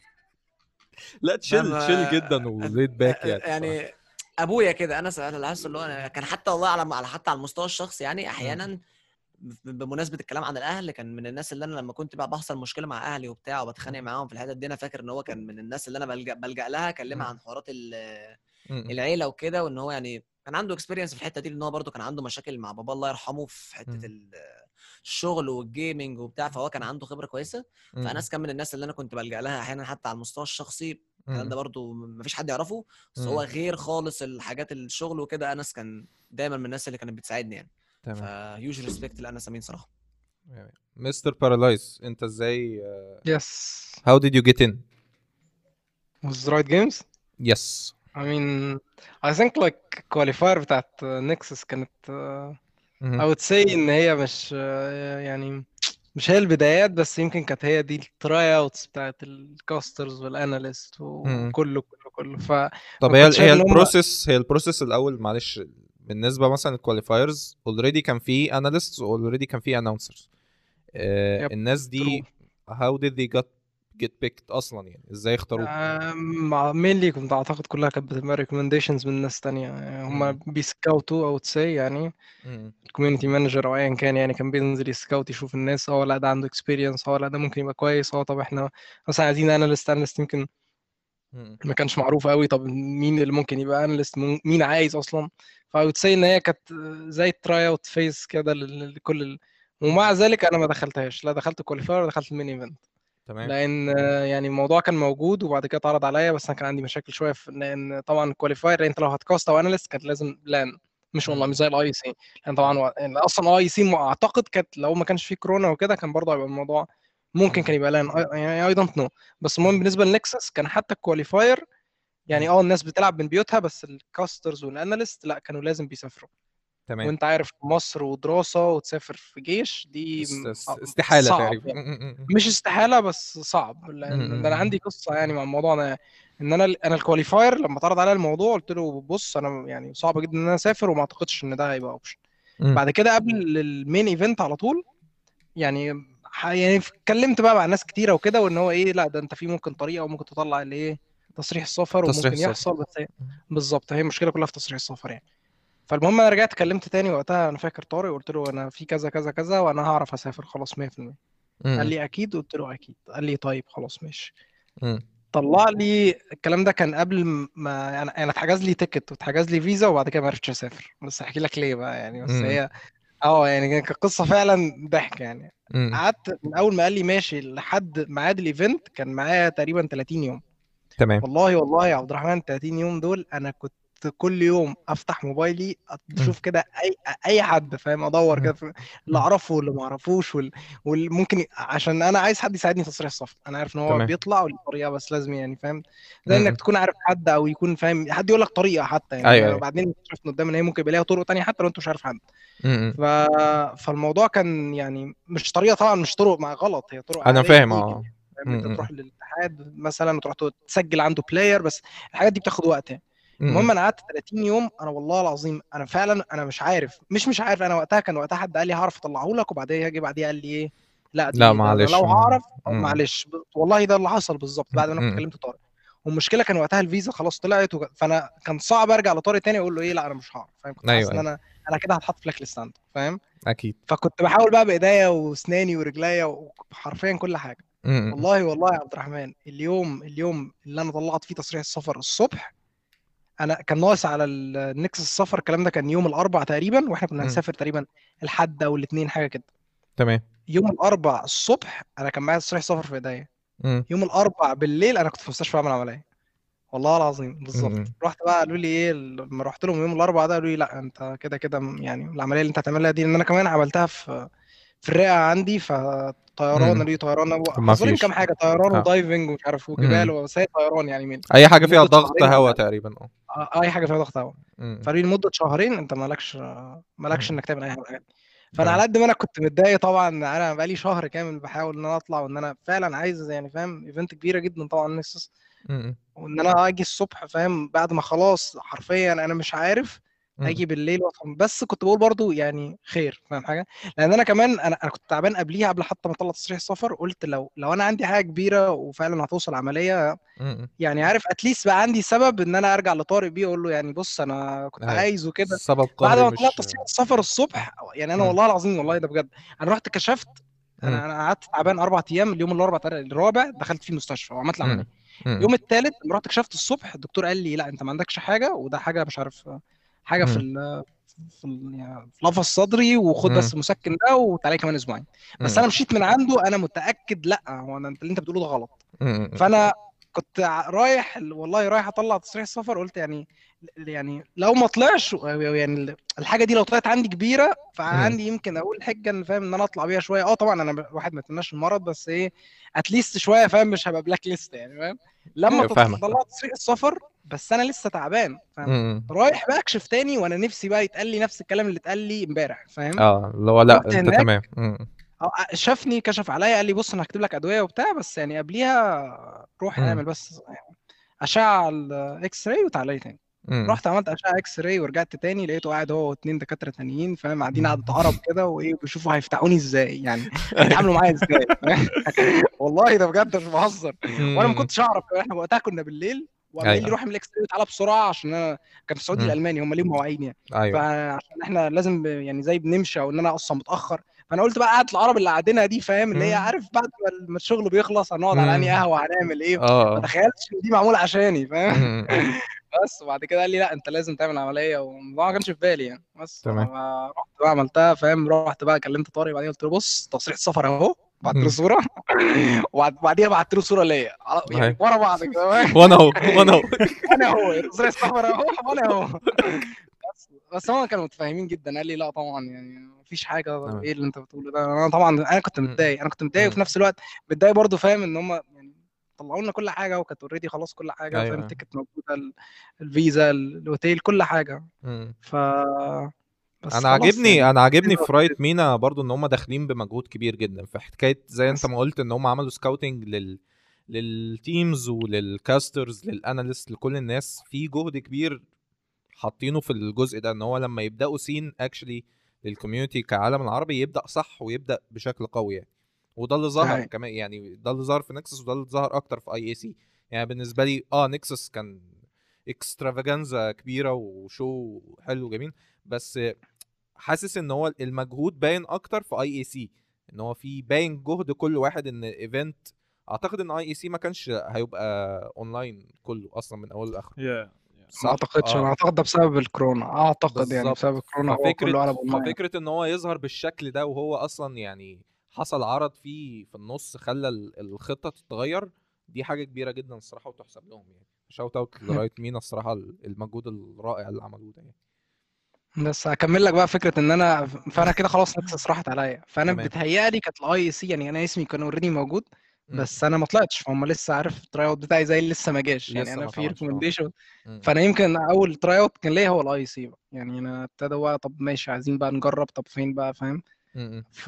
لا فاهم تشيل جدا وليد باك يعني الصراحه. يعني ابويا كده. انا اللي حاسس اللي هو أنا كان حتى والله حتى على المستوى الشخصي يعني احيانا بمناسبه الكلام عن الاهل، كان من الناس اللي انا لما كنت بقى بحصل مشكله مع اهلي وبتاع وبتخانق معاهم في الحتت دي، انا فاكر ان هو كان من الناس اللي انا بلجأ لها اكلمها عن حوارات العيله وكده. وان هو يعني كان عنده اكسبيرينس في الحته دي، لان هو برده كان عنده مشاكل مع بابا الله يرحمه في حته الشغل والجيمنج وبتاع، فهو كان عنده خبره كويسه. فانس كان من الناس اللي انا كنت بلجأ لها احيانا حتى على المستوى الشخصي. الكلام ده برضو مفيش حد يعرفه، بس هو غير خالص الحاجات الشغل وكده. انس كان دايما من الناس اللي كانت بتساعدني يعني. تمام. فهيوج ريسبكت لانس امين صراحه. مستر بارالايز، انت ازاي Yes. how did you get in? Was the right games? Yes. I mean, I think like qualifier بتاعت نكسس كانت I would say ان هي مش يعني مش هي البدايات، بس يمكن كانت هي دي التراي اوتس بتاعت الكاسترز والاناليست وكله طب هي البروسيس الاول، معلش، بالنسبه مثلا الكواليفايرز اوريدي كان في اناليستس واوريدي كان في اناونسرز. الناس دي how did they get picked اصلا؟ يعني ازاي اختاروك؟ mainly كنت اعتقد كلها كانت بتبقى recommendations من ناس تانية. يعني هم بيسكاوتوا او تسي يعني الكوميونتي مانجر او ايا كان، يعني كان بينزل يسكاوت يشوف الناس، لا ده عنده اكسبيرينس، لا ده ممكن يبقى كويس، طب احنا مثلا عايزين اناليست يمكن ما كانش معروف قوي، طب مين اللي ممكن يبقى اناليست، مين عايز اصلا. فاوت ان هي كانت زي التراي اوت فيز كده لكل ومع ذلك انا ما دخلتهاش، لا دخلت كواليفاير ولا دخلت المين ايفنت. تمام. لان يعني الموضوع كان موجود وبعد كده اتعرض عليا، بس انا كان عندي مشاكل شويه في لان طبعا الكواليفاير انت لو هتكاست او اناليست كانت لازم لان مش والله مش زي الاي سي. لان طبعا اصلا اي سي اعتقد كانت لو ما كانش فيه كورونا وكده كان برضه هيبقى الموضوع ممكن كان يبقى لان يعني اي دونت نو. بس المهم بالنسبه للنكسس كان حتى الكواليفاير يعني الناس بتلعب من بيوتها، بس الكاسترز والاناليست لا كانوا لازم بيسافروا. تمام. وانت عارف مصر ودراسه وتسافر في جيش دي استحاله صعب تقريبا يعني. مش استحاله بس صعب، لان ده انا عندي قصه يعني مع الموضوع ده. ان انا الكواليفاير لما اتعرض عليا الموضوع قلت له بص انا يعني صعب جدا ان انا اسافر وما اعتقدش ان ده هيبقى اوبشن. بعد كده قبل المين ايفنت على طول يعني اتكلمت بقى مع ناس كتيره وكده، وان هو لا ده انت في ممكن طريقه وممكن تطلع اللي تصريح السفر وممكن يحصل، بس بالظبط هي المشكله كلها في تصريح السفر يعني. فالمهم انا رجعت كلمت تاني وقتها، انا فاكر طارق، قلت له انا في كذا كذا كذا وانا هعرف اسافر خلاص 100%. قال لي اكيد، قلت له اكيد. قال لي طيب خلاص ماشي. طلع لي الكلام ده كان قبل ما انا اتحجز لي تيكت واتحجز لي فيزا وبعد كده ما عرفتش اسافر. بس احكي لك ليه بقى يعني. بس هي يعني كانت قصه فعلا ضحك يعني. قعدت من اول ما قال لي ماشي لحد ميعاد الايفنت كان معايا تقريبا 30 يوم. تمام. والله يا عبد الرحمن 30 يوم دول انا كنت كل يوم افتح موبايلي اشوف كده اي حد فاهم، ادور كده اللي اعرفه واللي ما اعرفوش والممكن عشان انا عايز حد يساعدني في تصريح السفر. انا عارف ان هو بيطلع والطريقه بس لازم يعني فاهم زي انك تكون عارف حد او يكون فاهم حد يقول لك طريقه حتى يعني. أيوة. وبعدين اكتشفت قدام ان هي ممكن يبقى ليها طرق تانية حتى لو انت مش عارف حد. فالموضوع كان يعني مش طريقه طبعا، مش طرق مع غلط، هي طرق انا عاديه فاهم. انت تروح للاتحاد مثلا وتروح تسجل عنده بلاير، بس الحاجات دي بتاخد وقت يعني. المهم انا قعدت 30 يوم. انا والله العظيم انا فعلا انا مش عارف انا وقتها كان حد قال لي هعرف اطلعه لك، وبعدين يجي بعديها قال لي ايه لا معلش لو هعرف معلش. والله ده اللي حصل بالظبط بعد ما انا كلمت طارق. والمشكله كان وقتها الفيزا خلاص طلعت فانا كان صعب ارجع لطارق تاني اقول له لا انا مش هعرف فاهم. كنت حاسس ان انا كده هتحط بلاك ليست عنده فاهم اكيد. فكنت بحاول بقى بايديا واسناني ورجليا وحرفيا كل حاجه. والله يا عبد الرحمن اليوم اللي انا طلعت فيه تصريح السفر الصبح، انا كان ناقص على النكس السفر. الكلام ده كان يوم الاربعاء تقريبا، واحنا كنا هنسافر تقريبا الحد او الاثنين حاجه كده. تمام. يوم الاربعاء الصبح انا كان معايا تصريح سفر في ايديا. يوم الاربعاء بالليل انا كنت في المستشفى بعمل عمليه. والله العظيم بالظبط. رحت بقى قالوا لي لما رحت لهم يوم الاربعاء ده قالوا لي لا انت كده يعني العمليه اللي انت هتعملها دي، لان انا كمان عملتها في الرئه عندي. فطيران ليه طيران حاصلين كام حاجه، طيران ودايفنج ومش عارف وجبال، بس هي طيران يعني من اي حاجه فيها ضغط هواء تقريبا. اي حاجه فيها ضغط هوا. م- فقالوا لي لمده شهرين انت مالكش م- انك تعمل اي حاجه من الحاجات دي. فانا على تمام. قد ما انا كنت متضايق طبعا، انا بقالي شهر كامل بحاول ان انا اطلع، وان انا فعلا عايز يعني فاهم ايفنت كبيره جدا طبعا نكسس، م- وان انا اجي الصبح فاهم بعد ما خلاص حرفيا انا مش عارف م- اجي بالليل وافهم. بس كنت بقول برضو يعني خير فاهم حاجه، لان انا كمان انا كنت تعبان قبليها قبل حتى ما اطلع تصريح السفر. قلت لو انا عندي حاجه كبيره وفعلا هتوصل عمليه، م- يعني عارف اتليست بقى عندي سبب ان انا ارجع لطارق بيه اقول له يعني بص انا كنت ايوه، عايز وكده. سبب بعد قهري ما طلعت مش. تصريح السفر الصبح يعني انا م- والله العظيم والله ده بجد، انا رحت كشفت. م- انا قعدت تعبان 4 ايام، اليوم الرابع دخلت فيه المستشفى وعملت م- العمليه. م- اليوم الثالث لما رحت كشفت الصبح الدكتور قال لي لا انت ما عندكش حاجه، وده حاجه مش عارف حاجه م- يعني في القفص الصدري، وخد م- بس المسكن ده وتعالى كمان اسبوعين. بس م- انا مشيت من عنده انا متاكد لا هو انت اللي انت بتقوله ده غلط. م- فانا كنت رايح والله رايح اطلع تصريح السفر، قلت يعني لو ما طلعش يعني الحاجه دي لو طلعت عندي كبيره م- فعندي يمكن اقول حجه ان فاهم ان انا اطلع بيها شويه. طبعا انا واحد ما يتمناش المرض، بس ايه اتليست شويه فاهم مش هبقى بلاك ليست يعني فاهم. لما ايوه فاهمك. طلعت تصريح السفر بس انا لسه تعبان فاهم، م- رايح بقى اكشف تاني وانا نفسي بقى يتقال لي نفس الكلام اللي اتقال لي امبارح فاهم. اه اللي هو لا رحت انت هناك تمام. شافني كشف عليا قال لي بص انا هكتب لك ادويه وبتاع، بس يعني قبليها روح م- اعمل بس اشعه الاكس راي وتعالى لي تاني. م- رحت عملت اشعه اكس راي ورجعت تاني لقيته قاعد هو واثنين دكاتره تانيين فاهم قاعدين قعده عرب كده وايه بيشوفوا هيفتحوني ازاي يعني هيتعاملوا معايا ازاي فاهم؟ والله ده بجد مش بهزر. وانا ما م- كنتش اعرف، احنا وقتها كنا بالليل وقام قايل لي ايوه روح اعمل اكس راي وتعالى بسرعه عشان انا كان في السعودي م- الالماني هم ليهم مواعيد يعني. ايوه فعشان احنا لازم يعني زي بنمشي او ان انا اصلا متاخر، فانا قلت بقى قعدة العرب اللي قاعدينها دي فاهم اللي هي م- عارف بعد ما الشغل بيخلص هنقعد على انهي م- قهوه هنعمل ايه. ما اه تخيلتش ان دي معموله عشاني فاهم. م- بس وبعد كده قال لي لا انت لازم تعمل عمليه، والموضوع ما كانش في بالي يعني. بس تمام. رحت بقى عملتها فاهم. رحت بقى كلمت طارق بعدين قلت له بص تصريح السفر اهو، بعت له م- صوره وبعديها بعت له صوره ليا يعني أيوة. ورا بعض كده وانا اهو وانا اهو. انا هو تصريح السفر اهو وانا هو. بس هم كانوا متفاهمين جدا. قال لي لا طبعا يعني مفيش حاجه تمام. ايه اللي انت بتقوله ده. انا طبعا انا كنت م- متضايق، وفي م- نفس الوقت متضايق برضه فاهم ان هم يعني طلعوا لنا كل حاجه وكانت اوريدي خلاص كل حاجه ايوه فاهم، ايوه. التيكت موجوده الفيزا الاوتيل كل حاجه. م. ف بس انا خلاص يعني عاجبني في رايت مينا برضو ان هم داخلين بمجهود كبير جدا في حكايه زي انت ما قلت ان هم عملوا سكاوتنج للتيمز وللكاسترز للاناليست لكل الناس، في جهد كبير حاطينه في الجزء ده ان هو لما يبداوا سين اكشلي للكوميونتي كعالم العربي يبدا صح ويبدا بشكل قوي يعني. وده اللي ظهر صحيح. كمان يعني، ده اللي ظهر في نكسس وده اللي ظهر اكتر في اي اي سي. يعني بالنسبه لي نكسس كان اكسترافاجانزا كبيره وشو حلو جميل، بس حاسس ان هو المجهود باين اكتر في اي اي سي، ان هو في باين جهد كل واحد. ان ايفنت اعتقد ان اي اي سي ما كانش هيبقى اونلاين كله اصلا من اوله لاخره، ما صح؟ اعتقدش، انا اعتقد ده بسبب الكورونا، اعتقد يعني بالظبط. بسبب الكورونا هو كله قلب اونلاين. ففكره ان هو يظهر بالشكل ده وهو اصلا يعني حصل عرض فيه في النص خلى الخطه تتغير، دي حاجه كبيره جدا الصراحه وتحسب لهم يعني. شاوت اوت لرايت مينا الصراحه المجهود الرائع اللي عملوه ده يعني. بس هكمل لك بقى فكره ان فانا كده خلاص نكسس راحت عليا. فانا تمام. بتهيألي كانت الاي سي يعني انا اسمي كان اوريدي موجود م. بس انا ما طلعتش، فهم لسه عارف التراي اوت بتاعي زي لسه ما جاش يعني لسه انا ما في اتعملش. ريكومنديشن. م. فانا يمكن اول تراي اوت كان ليا هو الاي سي بقى يعني. انا ابتدى بقى طب ماشي عايزين بقى نجرب، طب فين بقى فاهم. م. ف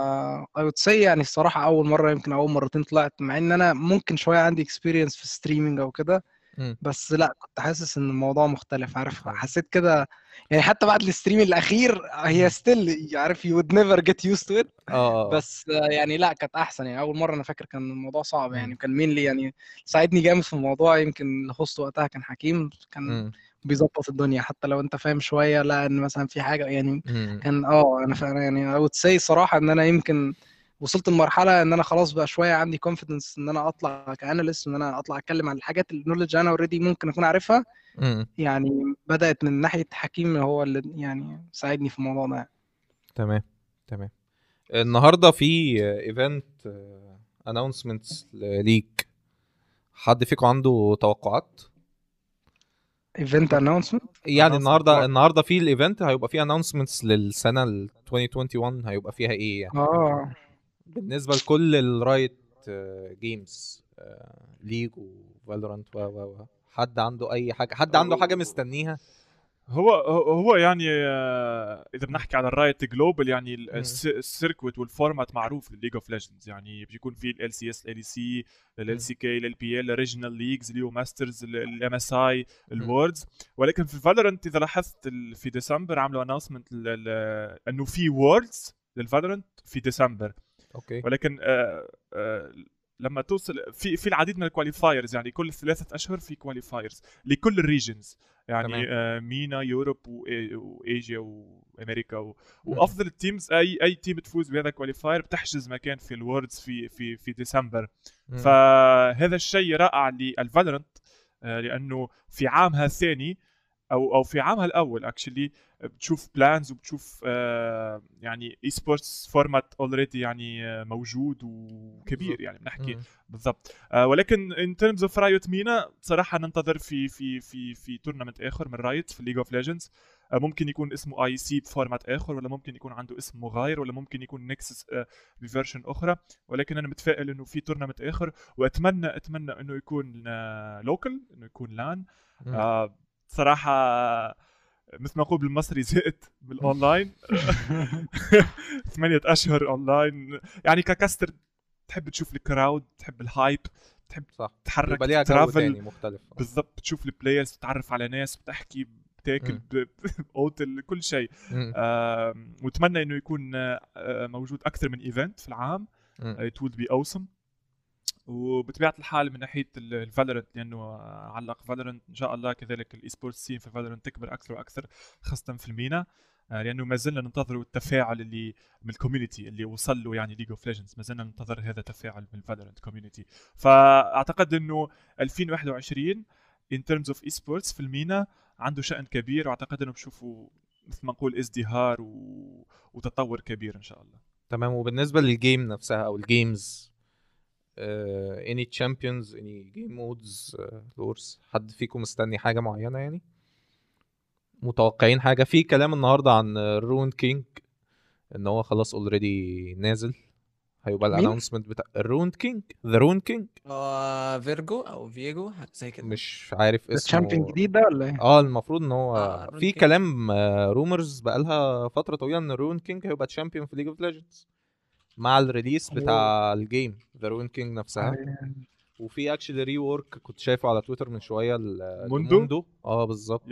I would say يعني الصراحه اول مره يمكن اول مرتين طلعت، مع ان انا ممكن شويه عندي اكسبيرينس في ستريمينج او كده، م. بس لا كنت حاسس ان الموضوع مختلف عارف. حسيت كده يعني حتى بعد الستريم الاخير هي ستيل عارف you would never get used to it. بس يعني لا كانت احسن يعني. اول مره انا فاكر كان الموضوع صعب يعني، كان مين لي يعني ساعدني جامد في الموضوع. يمكن الهوست وقتها كان حكيم، كان بيظبط الدنيا حتى لو انت فاهم شويه لا ان مثلا في حاجه يعني. كان انا فعلا يعني I would say صراحه ان انا يمكن وصلت لمرحله ان انا خلاص بقى شويه عندي كونفيدنس ان انا اطلع كاناليست، وان انا اطلع اتكلم عن الحاجات النولج انا اوريدي ممكن اكون عارفها. يعني بدات من ناحيه حكيم هو اللي يعني ساعدني في الموضوع ده. تمام. النهارده في ايفنت اناونسمنتس ليك، حد فيكم عنده توقعات؟ ايفنت اناونسمنت يعني النهارده في الايفنت هيبقى فيه اناونسمنتس للسنه 2021 هيبقى فيها ايه يعني بالنسبه لكل الرايت جيمز، ليج وفالورانت حد عنده اي حاجه، حد عنده حاجه مستنيها؟ هو يعني اذا بنحكي على الرايت جلوبال يعني السيركوت والفورمات معروف للليج اوف ليجندز. يعني بيكون في ال سي اس، ال سي، ال سي كي، ال بي ال، الريجنال ليجز اللي هو ماسترز، الام اس اي، الووردز. ولكن في فالورنت اذا لاحظت في ديسمبر عملوا اناونسمنت انه في ووردز للفالورنت في ديسمبر. اوكي. ولكن لما توصل في العديد من الكواليفايرز، يعني كل 3 أشهر في كواليفايرز لكل الريجنز، يعني مينا، يوروب، وايجيا، وامريكا، وافضل التيمز اي تيم تفوز بهذا الكواليفاير بتحجز مكان في الووردز في ديسمبر. فهذا الشيء رائع للفالورنت، لانه في عامها الثاني او في عامها الاول اكشلي بتشوف بلانز وبتشوف يعني اي سبورتس فورمات اوريدي يعني موجود وكبير، يعني بنحكي بالضبط. ولكن ان ترمز اوف رايوت مينا بصراحه ننتظر في تورنمنت اخر من رايت في ليج اوف ليجندز. ممكن يكون اسمه اي سي بفورمات اخر، ولا ممكن يكون عنده اسم مغاير، ولا ممكن يكون نكسس بفيرجن اخرى. ولكن انا متفائل انه في تورنمنت اخر، واتمنى انه يكون لوكال، انه يكون لان. صراحه مثل ما نقول بالمصري زهقت بالاونلاين. 8 أشهر اونلاين، يعني ككاستر تحب تشوف الكراود، تحب الهايب، تحب تتحرك، ترافل مختلف. بالضبط، تشوف البلايرز، تتعرف على ناس، بتحكي، بتاكل، اوتل، كل شيء. واتمنى انه يكون موجود اكثر من ايفنت في العام. it would be awesome. وبطبيعه الحال من ناحيه الفالورنت، لانه علق فالورنت ان شاء الله كذلك الاي سبورتس سين في فالورنت تكبر اكثر واكثر، خاصه في المينا، لانه ما زلنا ننتظر التفاعل اللي من الكوميونتي اللي وصل له يعني ليج اوف ليجندز. ما زلنا ننتظر هذا التفاعل من الفالورنت كوميونتي. فاعتقد انه 2021 in terms of esports في المينا عنده شأن كبير، واعتقد انه بشوفوا مثل ما نقول ازدهار وتطور كبير ان شاء الله. تمام. وبالنسبه للجيم نفسها او الجيمز، any champions any game modes lures، حد فيكم مستني حاجه معينه؟ يعني متوقعين حاجه؟ في كلام النهارده عن رون كينج ان هو خلاص اوريدي نازل، هيبقى الاناونسمنت بتاع الرون كينج، ذا رون كينج، فيرجو او فيجو حاجه زي كده، مش عارف اسمه. الشامبيون جديد ده ولا ايه؟ المفروض ان هو في كلام رومرز بقالها فتره طويله ان رون كينج هيبقى تشامبيون في ليج اوف ليجندز مع الريليس بتاع الجيم ذا رون كينج نفسها. وفي اكشلي ري وورك كنت شايفه على تويتر من شويه الموندو. بالظبط.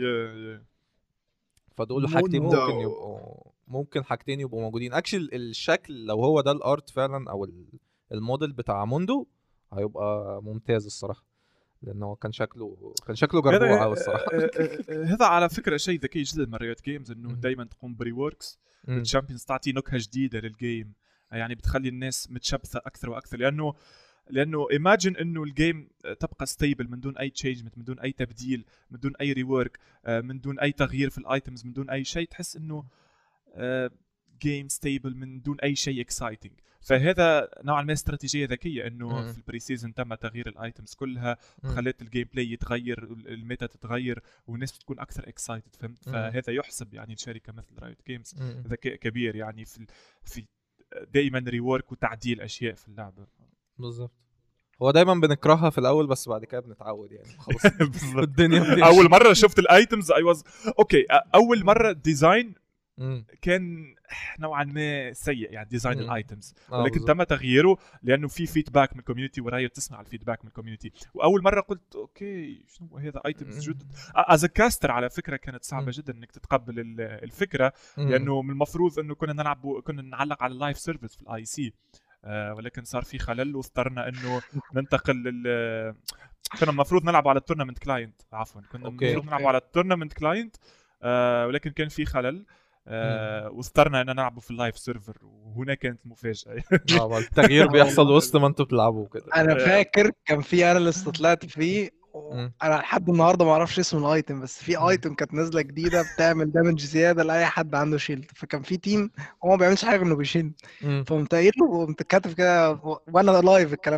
فدول حاجتين ممكن حاجتين يبقوا موجودين. اكشلي الشكل لو هو ده الارت فعلا او الموديل بتاع موندو هيبقى ممتاز الصراحه، لانه هو كان شكله جربوع قوي الصراحه. هذا على فكره شيء ذكي جدا من ريوت جيمز، انه دائما تقوم بري ووركس الشامبيونز، تعطي نكهه جديده للجيم، يعني بتخلي الناس متشبثه اكثر واكثر. لانه imagine انه الجيم تبقى ستيبل من دون اي تشينجمنت، من دون اي تبديل، من دون اي ريورك، من دون اي تغيير في الايتمز، من دون اي شيء، تحس انه جيم ستيبل من دون اي شيء اكسايتنج. فهذا نوعا ما استراتيجيه ذكيه، انه في البري سيزون تم تغيير الايتمز كلها، خلت الجيم بلاي يتغير، الميتا تتغير، والناس بتكون اكثر اكسايتد، فهمت؟ فهذا يحسب يعني لشركه مثل رايوت جيمز ذكاء كبير، يعني في دائما ريورك وتعديل اشياء في اللعبه. بالظبط. هو دايما بنكرهها في الاول بس بعد كده بنتعود يعني خلاص. الدنيا اول مره شفت الايتمز اي واز اوكي، اول مره ديزاين كان نوعا ما سيء، يعني ديزاين الايتمز، ولكن تم تغييره لانه في فيدباك من الكوميونتي، ورايوت تسمع الفيدباك من الكوميونتي. واول مره قلت اوكي شنو هذا ايتمز جدد. از كاستر على فكره كانت صعبه جدا انك تتقبل الفكره، لانه من المفروض انه كنا نعلق على اللايف سيرفيس في الاي سي، ولكن صار في خلل واضطرنا انه ننتقل كنا المفروض نلعب على التورنمنت كلاينت، عفوا كنا المفروض نلعب على التورنمنت كلاينت، ولكن كان في خلل، واضطرنا ان نلعبه في اللايف سيرفر، وهنا كانت مفاجاه. التغيير بيحصل وسط ما انتوا بتلعبوا كده. انا فاكر كان في اناليست طلعت فيه، انا لحد النهارده ما اعرفش اسم الايتم، بس في ايتم كانت نازله جديده بتعمل دامج زياده لاي حد عنده شيلد. فكان في تيم هو ما بيعملش حاجه انه بيشيلد، فقمت قايل له وقمت كاتب كده وانا لايف الكلام ده،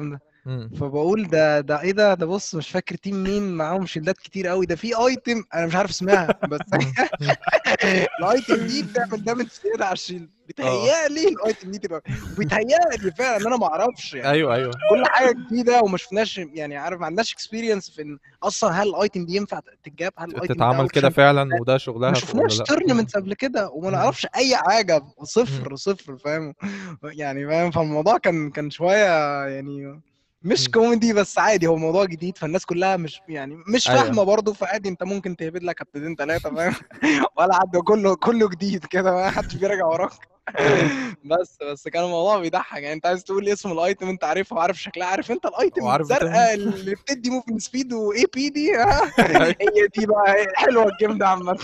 فبقول ده ايه ده بص مش فاكر تيم مين معاهم شيلدات كتير قوي، ده في ايتم انا مش عارف اسمها بس الايتم دي بتعمل دامج زياده على الشيلد، بيتهيألي الايتم دي تبقى، وبيتهيألي فعلا ان انا ما اعرفش يعني ايوه كل حاجه جديده وما شفناش يعني عارف ما عندناش اكسبيرينس في ان اصلا هل الايتم دي ينفع تتجاب، هل الايتم ده تتعمل كده اوبشن، فعلا وده ما شغلها ولا شفناش لا. تورنمنتس قبل كده وما نعرفش اي حاجه، صفر فاهم يعني فاهم. فالموضوع كان شويه يعني مش كوميدي بس عادي، هو موضوع جديد فالناس كلها مش يعني مش ايوه فاهمه برضه، فعادي انت ممكن تهبد لك هبدتين ثلاثه فاهم ولا حد كله جديد كده ما حدش بيراجع وراك بس كان الموضوع بيضحك يعني. انت عايز تقول اسم الايتم انت عارفها وعارف شكلها، عارف انت الايتم وعارف بتعمل الزرقاء اللي بتدي موفمنت سبيد واي بي دي هي دي بقى حلوه الجيم ده عامه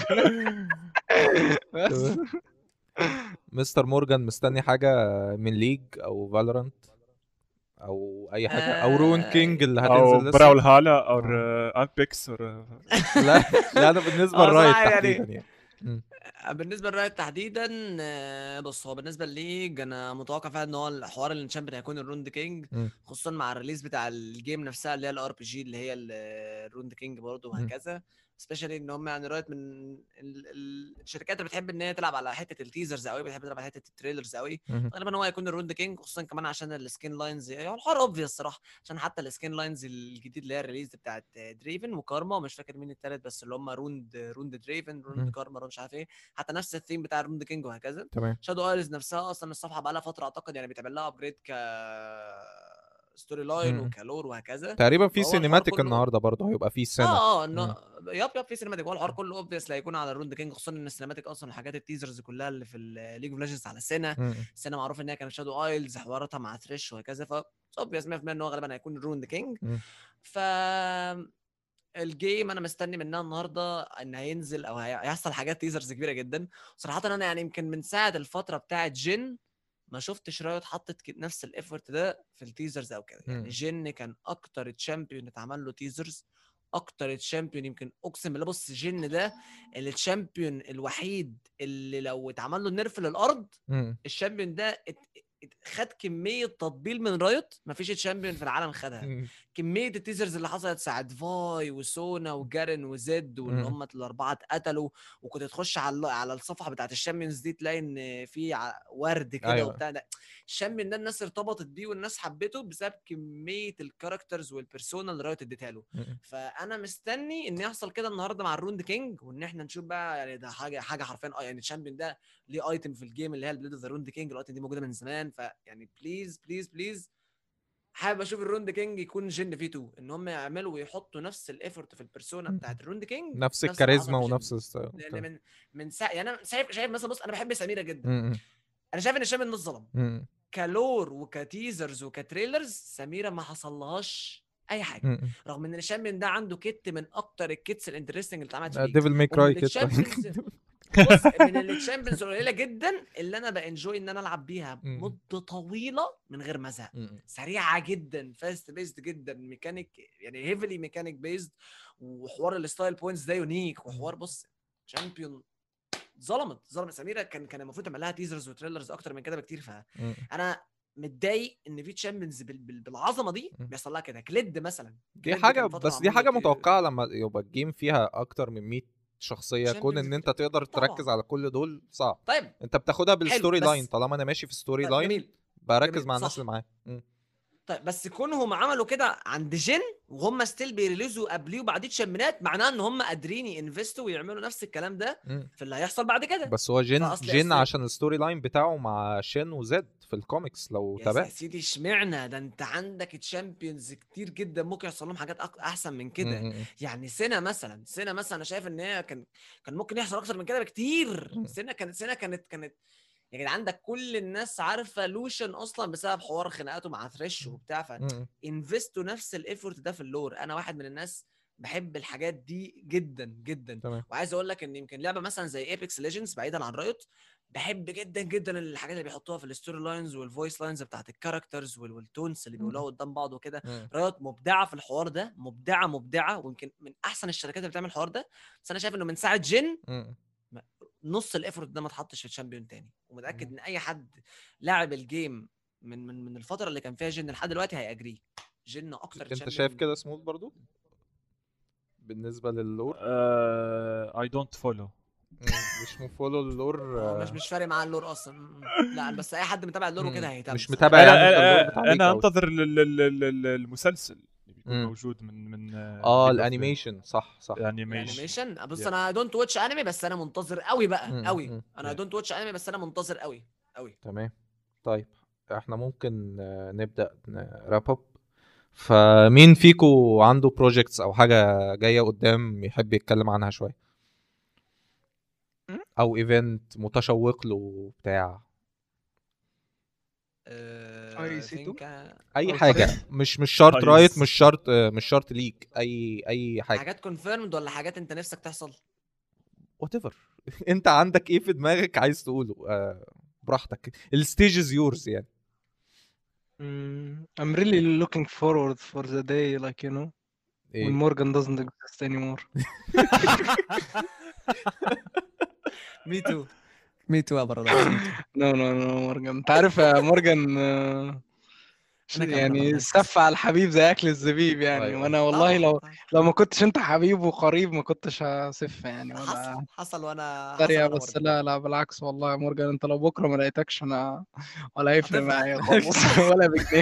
بس مستر مورجان مستني حاجه من ليج او فالورانت او اي حاجه او رون كينج اللي او هتنزل لسه؟ براول هالا او آه. ابيكس لا لا، انا بالنسبه للرايت صراحة تحديدا يعني يعني. بالنسبه للرايت تحديدا بص هو بالنسبه لليج انا متوقع فعلا ان هو الحوار اللي الشامبيون هيكون الروند كينج، مم. خصوصا مع الريليز بتاع الجيم نفسها اللي هي الار بي جي اللي هي الروند كينج برضه مم. وهكذا. سبيشالي ان هم يعني رايت من الشركات اللي بتحب ان هي تلعب على حته التيزرز قوي، بتحب تلعب على حته التريلرز قوي. مم. غالبا هو هيكون الروند كينج، خصوصا كمان عشان السكين لاينز يعني الحوار اوبفيس الصراحه، عشان حتى السكين لاينز الجديد اللي هي الريليز بتاعت دريفن وكارما ومش فاكر مين التالت، بس اللي هم روند دريفن روند مم. كارما مش عارف ايه، حتى نفس الثيم بتاع روند كينج وهكذا. تمام. شادو ايرز نفسها اصلا الصفحه بقى لها فتره اعتقد يعني بيتعمل لها ابجريد ك ستوري لاين مم. وكالور وهكذا. تقريبا في فهو الحوار سينيماتيك كله النهارده برضه هيبقى في سنه. انه ياب في سينماتيك، هو الحوار كله اوبفيس هيكون على الروند كينج، خصوصا ان السينماتيك اصلا الحاجات التيزرز كلها اللي في ليج اوف ليجندز على سنه. السنه معروف ان هي كانت شادو ايلز حواراتها مع ثريش وهكذا، ف اوبفيس 100% ان هو غالبا هيكون الروند كينج. ف الجيم انا مستني منها النهارده ان هينزل او هيحصل حاجات تيزرز كبيره جدا. صراحه انا يعني يمكن من ساعه الفتره بتاعه جن ما شفتش رايوت حطت نفس الافورت ده في التيزرز او كده. يعني جن كان اكتر تشامبيون اتعمل له تيزرز، اكتر تشامبيون يمكن اقسم بالله. بص جن ده التشامبيون الوحيد اللي لو اتعمل له نيرف للارض الشامبيون ده خد كميه تطبيل من رايوت مفيش تشامبيون في العالم خدها. كميه التيزرز اللي حصلت ساعه فاي وسونا وجارن وزد واللي هم الاربعه اتقتلوا، وكنت تخش على الصفحه بتاعت الشامبيونز دي تلاقي ان في ورد كده أيوة. وبتاع ده. الشامبيون ده الناس ارتبطت بيه والناس حبته بسبب كميه الكاركترز والبيرسونا اللي رايوت اديتها له. فانا مستني ان يحصل كده النهارده مع الروند كينج، وان احنا نشوف بقى يعني ده حاجه حرفيا يعني الشامبيون ده ليه ايتم في الجيم اللي هي البليد اوف ذا روند كينج، الايتم دي موجوده من زمان. فيعني بليز حابب اشوف الروند كينج يكون جن في 2، ان هم يعملوا ويحطوا نفس الايفورت في البيرسونا بتاعت الروند كينج نفس اللي حصل الكاريزما في جن. ونفس لان من يعني انا شايف مثلا، بص انا بحب سميره جدا. انا شايف ان الشامبيون نص ظلم كلور وكتيزرز وكتريلرز. سميره ما حصلهاش اي حاجه رغم ان الشامبيون ده عنده كيت من اكتر الكيتس الانترستنج اللي اتعملت في ليج، ديفل ماي كراي ومن كده. الشامبيونز بص من التشامبيونز القليله جدا اللي انا بانجوي ان انا العب بيها مده طويله من غير ما ازهق. سريعه جدا، فاست بيست جدا، ميكانيك يعني هيفلي ميكانيك بيست، وحوار الستايل بوينتس ده يونيك، وحوار بص شامبيون ظلمت سميره. كان المفروض تعمل لها تيزرز وتريلرز اكتر من كده بكتير. فانا متضايق ان في تشامبيونز بالعظمه دي بيحصل لها كده. كليد مثلا دي حاجه، بس دي حاجه متوقعه لما يبقى الجيم فيها اكتر من 100 شخصيه، كون ان انت تقدر تركز على كل دول صعب. طيب انت بتاخدها بالستوري لاين، طالما انا ماشي في ستوري لاين بركز مع الناس اللي معايا. طيب بس كونهم عملوا كده عند جن وهم ستيل بيريليزوا قبليه وبعديه تشامبيونات، معناه ان هم قادرين ينفستوا ويعملوا نفس الكلام ده في اللي هيحصل بعد كده. بس هو جن عشان الستوري لاين بتاعه مع شين وزد في الكوميكس لو تابعت. يا سيدي اشمعنى ده انت عندك تشامبيونز كتير جدا ممكن يحصل لهم حاجات احسن من كده. يعني سنة مثلا انا شايف ان هي كان ممكن يحصل اكتر من كده بكتير. سنة كانت يعني عندك كل الناس عارفه لوشن اصلا بسبب حوار خناقاته مع ثريش وبتاع، فانفستوا نفس الايفورت ده في اللور. انا واحد من الناس بحب الحاجات دي جدا جدا. وعايز اقول لك ان يمكن لعبه مثلا زي ايبكس ليجندز بعيدا عن رايوت بحب جدا جدا الحاجات اللي بيحطوها في الستوري لاينز والفويس لاينز بتاعت الكاركترز والتونز اللي بيقولوها قدام بعض وكده. رايوت مبدعه في الحوار ده، مبدعه ويمكن من احسن الشركات اللي بتعمل الحوار ده. بس انا شايف انه من ساعه جن نص الافورت ده ما اتحطش في تشامبيون تاني. ومتاكد ان اي حد لاعب الجيم من الفتره اللي كان فيها جن لحد دلوقتي هيأجري. جن اكتر انت champion. شايف كده سموث برضو بالنسبه للور؟ I don't follow. مش مفولو اللور. مش فارق معاه اللور اصلا. لا بس اي حد متابع اللور وكده هيهتم مش الصراحة. متابع يعني اللور بتاع ليج انا أوي. انتظر المسلسل اللي بيكون مم. موجود من الانيميشن صح الانيميشن. بص انا دونت واتش انمي بس انا منتظر قوي بقى قوي. انا yeah. دونت واتش انمي بس انا منتظر قوي. تمام. طيب احنا ممكن نبدا راب اب. فمين فيكو عنده بروجيكتس او حاجه جايه قدام يحب يتكلم عنها شويه، او ايفنت متشوق له بتاع اي حاجه؟ مش شرط رايت، مش شرط ليك، اي حاجه. حاجات كونفيرمد ولا حاجات انت نفسك تحصل؟ وات ايفر. انت عندك ايه في دماغك عايز تقوله؟ براحتك، الستيج از يورز يعني. I'm really looking forward for the day like you know when Morgan doesn't exist anymore. me too يا برادة. no Morgan. انت عارف يا مورجان يعني السف على الحبيب زي اكل الزبيب يعني. أيوة. وانا والله لو ما كنتش انت حبيب وقريب ما كنتش هسف يعني. ولا حصل وانا طريقة بس لا بالعكس والله يا مورجان. انت لو بكره ما لقيتكش انا ولا هيفرق معايا خالص ولا بجنيه.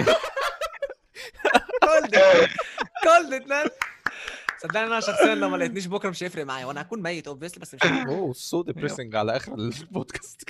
كولد مان. صدقني انا شخصيا لو ما لقيتنيش بكره مش هيفرق معايا وانا هكون ميت اوبفيسلي بس مش هيفرق. سو ديبريسنج على اخر البودكاست.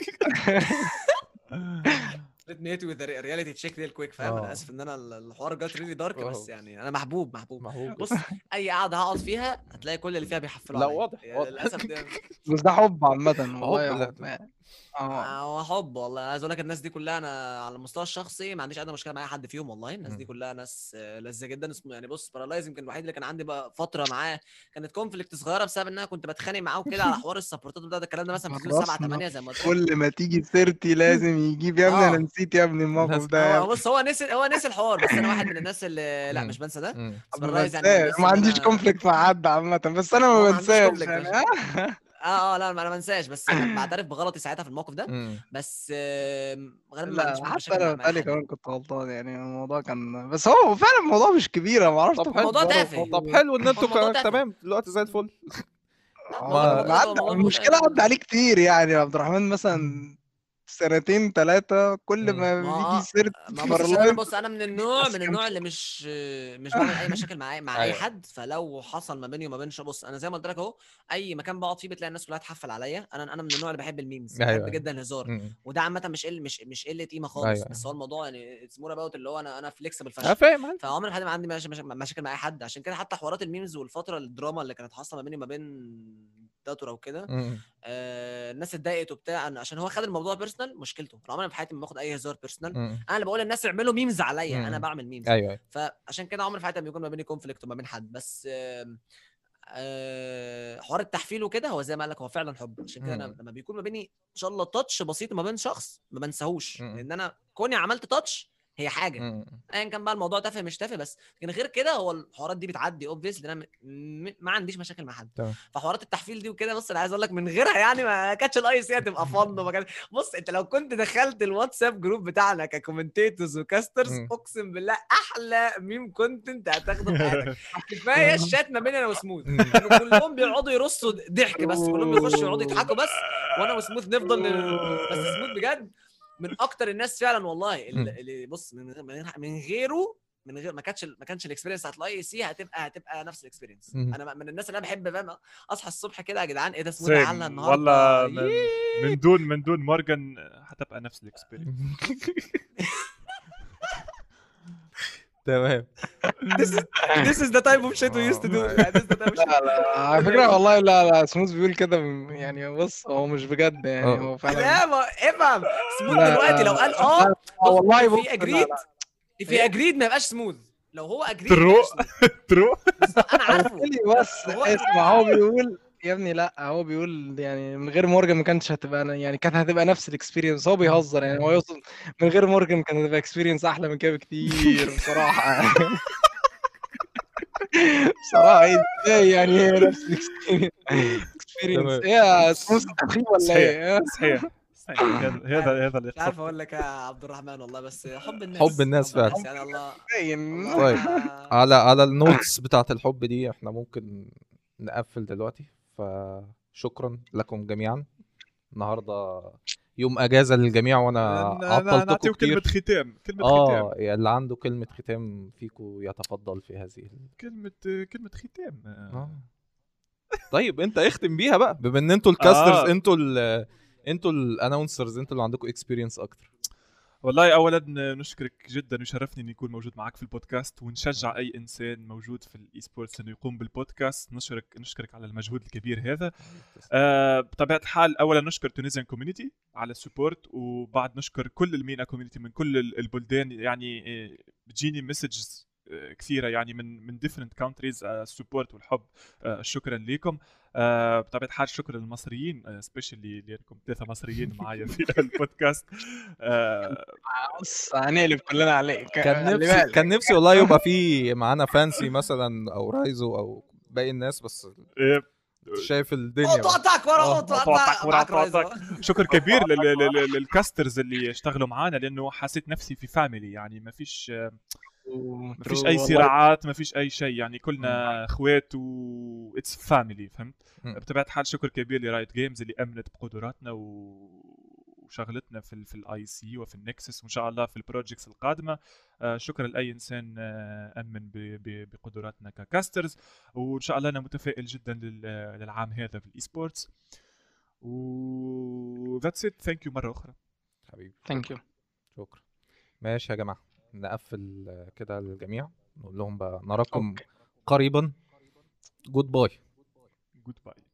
let me hit with a reality check real quick. فاهم؟ انا اسف ان انا الحوار جات ريلي دارك بس يعني انا محبوب. بص اي قعده هقعد فيها هتلاقي كل اللي فيها بيحفلوا عليا. لا واضح للاسف بس ده حب عامه والله. هو حب والله. عايز اقول لك الناس دي كلها انا على المستوى الشخصي ما عنديش ادنى مشكله مع اي حد فيهم والله. الناس دي كلها ناس لذيذه جدا. يعني بص بارالايز يمكن الوحيد اللي كان عندي بقى فتره معاه كانت كونفليكت صغيره بسبب ان انا كنت بتخانق معاه وكده على حوار السبورتات ده الكلام ده مثلا في 7 8 زي ما قلت. كل ما تيجي سيرتي لازم يجيب يا ابني. انا نسيت يا ابني الموقف ده. بص هو نسي الحوار بس انا واحد من الناس اللي لا مش بنسى ده. بارالايز يعني ما عنديش كونفليكت مع حد عامه بس انا ما بنساش يعني. لا انا ما انساش بس انا بعترف بغلطي ساعتها في الموقف ده. بس غالبا ما عنديش مشاكل مع حد. كمان كنت غلطان يعني. الموضوع كان بس هو فعلا الموضوع مش كبير. انا ما اعرفش. طب الموضوع تافه. طب حلو ان انتوا تمام دلوقتي زي الفل. المشكله عدى عليه كتير يعني يا عبد الرحمن مثلا 2 3 كل ما بيجي سيرة. بص انا من النوع اللي مش بعمل اي مشاكل مع اي حد. فلو حصل ما بيني وما بينش بص انا زي ما قلت لك اهو اي مكان بقعد فيه بتلاقي الناس كلها تحفل عليا. انا من النوع اللي بحب الميمز. بحب جدا الهزار وده عامه مش قله قيمه خالص. بس هو الموضوع يعني اتس مور اباوت اللي هو انا فليكسبل فشخ. فعمري ما عندي مشاكل مع اي حد. عشان كده حتى حوارات الميمز والفتره الدراما اللي كانت حاصله ما بيني وما بين داتورا وكده الناس اتضايقت وبتاع عشان هو خد الموضوع بيرسونال. مشكلته انا عمري في حياتي ما باخد اي هزار بيرسونال. انا اللي بقول للناس اعملوا ميمز عليا انا بعمل ميمز. أيوة. فعشان كده عمري في حياتي ما بيكون ما بيني كونفليكت وما بين حد. بس حوار التحفيل وكده هو زي ما قال لك هو فعلا حب. عشان كده انا لما بيكون ما بيني ان شاء الله تاتش بسيط ما بين شخص ما بنساهوش. لان انا كوني عملت تاتش هي حاجه ايا كان بقى الموضوع تافه مش تافه. بس لكن غير كده هو الحوارات دي بتعدي اوبفيس لان انا ما عنديش مشاكل مع حد. فحوارات التحفيل دي وكده بص انا عايز اقول لك من غيرها يعني ما كانتش الاي سي هتبقى فن وما كان. بص انت لو كنت دخلت الواتساب جروب بتاعنا ككومنتيتورز وكاسترز اقسم بالله احلى ميم كونتنت هتاخده في حياتك. كفايه الشات ما بيني انا وسموث كلهم بيقعدوا يرصوا ضحك بس كلهم بيخشوا يقعدوا يضحكوا بس وانا وسموث نفضل بس سموث بجد من اكتر الناس فعلا والله اللي بص من غيره ما كانش الاكسبيرينس بتاعت الاي سي هتبقى نفس الاكسبيرينس. انا من الناس اللي انا بحب فاهم اصحى الصبح كده يا جدعان ايه ده اسمه على النهارده والله من دون مورجان هتبقى نفس الاكسبيرينس. تمام. This is the type of shit we used to do. لا على فكره والله لا سموث بيقول كده يعني. بص هو مش بجد يعني. هو فعلا لا ما افهم سموث دلوقتي لو قال والله في اجريد ما يبقاش سموث. لو هو اجريد ترو انا عارفه بس اسمع هو بيقول يا ابني لا هو بيقول يعني من غير مورجان ما كانتش هتبقى يعني كانت هتبقى نفس الاكسبيرينس. هو بيهزر يعني. هو يقصد من غير مورجان كانت هتبقى اكسبيرينس احلى من كده بكتير بصراحه. بصراحه ازاي يعني هي نفس الاكسبيرينس. ايه سموث تخيب ولا ايه؟ صحيح هذا اللي مش عارف قصدته. اقول لك يا عبد الرحمن والله، بس حب الناس حب الناس حب فعلا. الناس يعني الله. باين. طيب الله على النوتس بتاعت الحب دي احنا ممكن نقفل دلوقتي. فشكرا لكم جميعا. النهارده يوم اجازه للجميع وانا عطلتكم نعطيه كلمة كتير. ختام. كلمة ختام. يا اللي عنده كلمه ختام فيكم يتفضل في هذه كلمة ختام. طيب انت اختم بيها بقى، بما ان انتوا الكاسترز، آه. انتوا الاناونسرز، انتوا اللي عندكم اكسبيرينس اكتر. والله اولا نشكرك جدا وشرفني اني اكون موجود معك في البودكاست، ونشجع اي انسان موجود في الاي سبورتس انه يقوم بالبودكاست. نشكرك على المجهود الكبير هذا. بطبيعه الحال اولا نشكر تونيزيان كوميونيتي على السبورت، وبعد نشكر كل المينا كوميونيتي من كل البلدان. يعني بتجيني مسجز كثيره يعني من different countries. السبورت والحب شكرا لكم. بطبيعه الحال شكرا للمصريين سبيشالي لانكم 3 مصريين معايا في البودكاست. بص هنقلب كلنا عليك. كان نفسي والله يبقى في معانا فانسي مثلا او رايزو او باقي الناس، بس شايف الدنيا قطعتك ورا قطعتك. شكر كبير للكاسترز اللي اشتغلوا معانا، لانه حسيت نفسي في فاميلي. يعني ما فيش اي صراعات، ما فيش اي شيء، يعني كلنا اخوات و اتس فاميلي. فهمت؟ بطبيعه الحال شكر كبير لرايت جيمز اللي امنت بقدراتنا وشغلتنا في الاي سي وفي النكسس، وان شاء الله في البروجيكتس القادمه. شكرا لاي انسان امن بقدراتنا ككاسترز، وان شاء الله انا متفائل جدا للعام هذا بالاي سبورتس. و ذاتس ات. ثانك يو مره اخرى حبيبي. ثانك يو. شكرا. ماشي يا جماعه، نقفل كده للجميع، نقول لهم بقى نراكم قريبا. جود باي.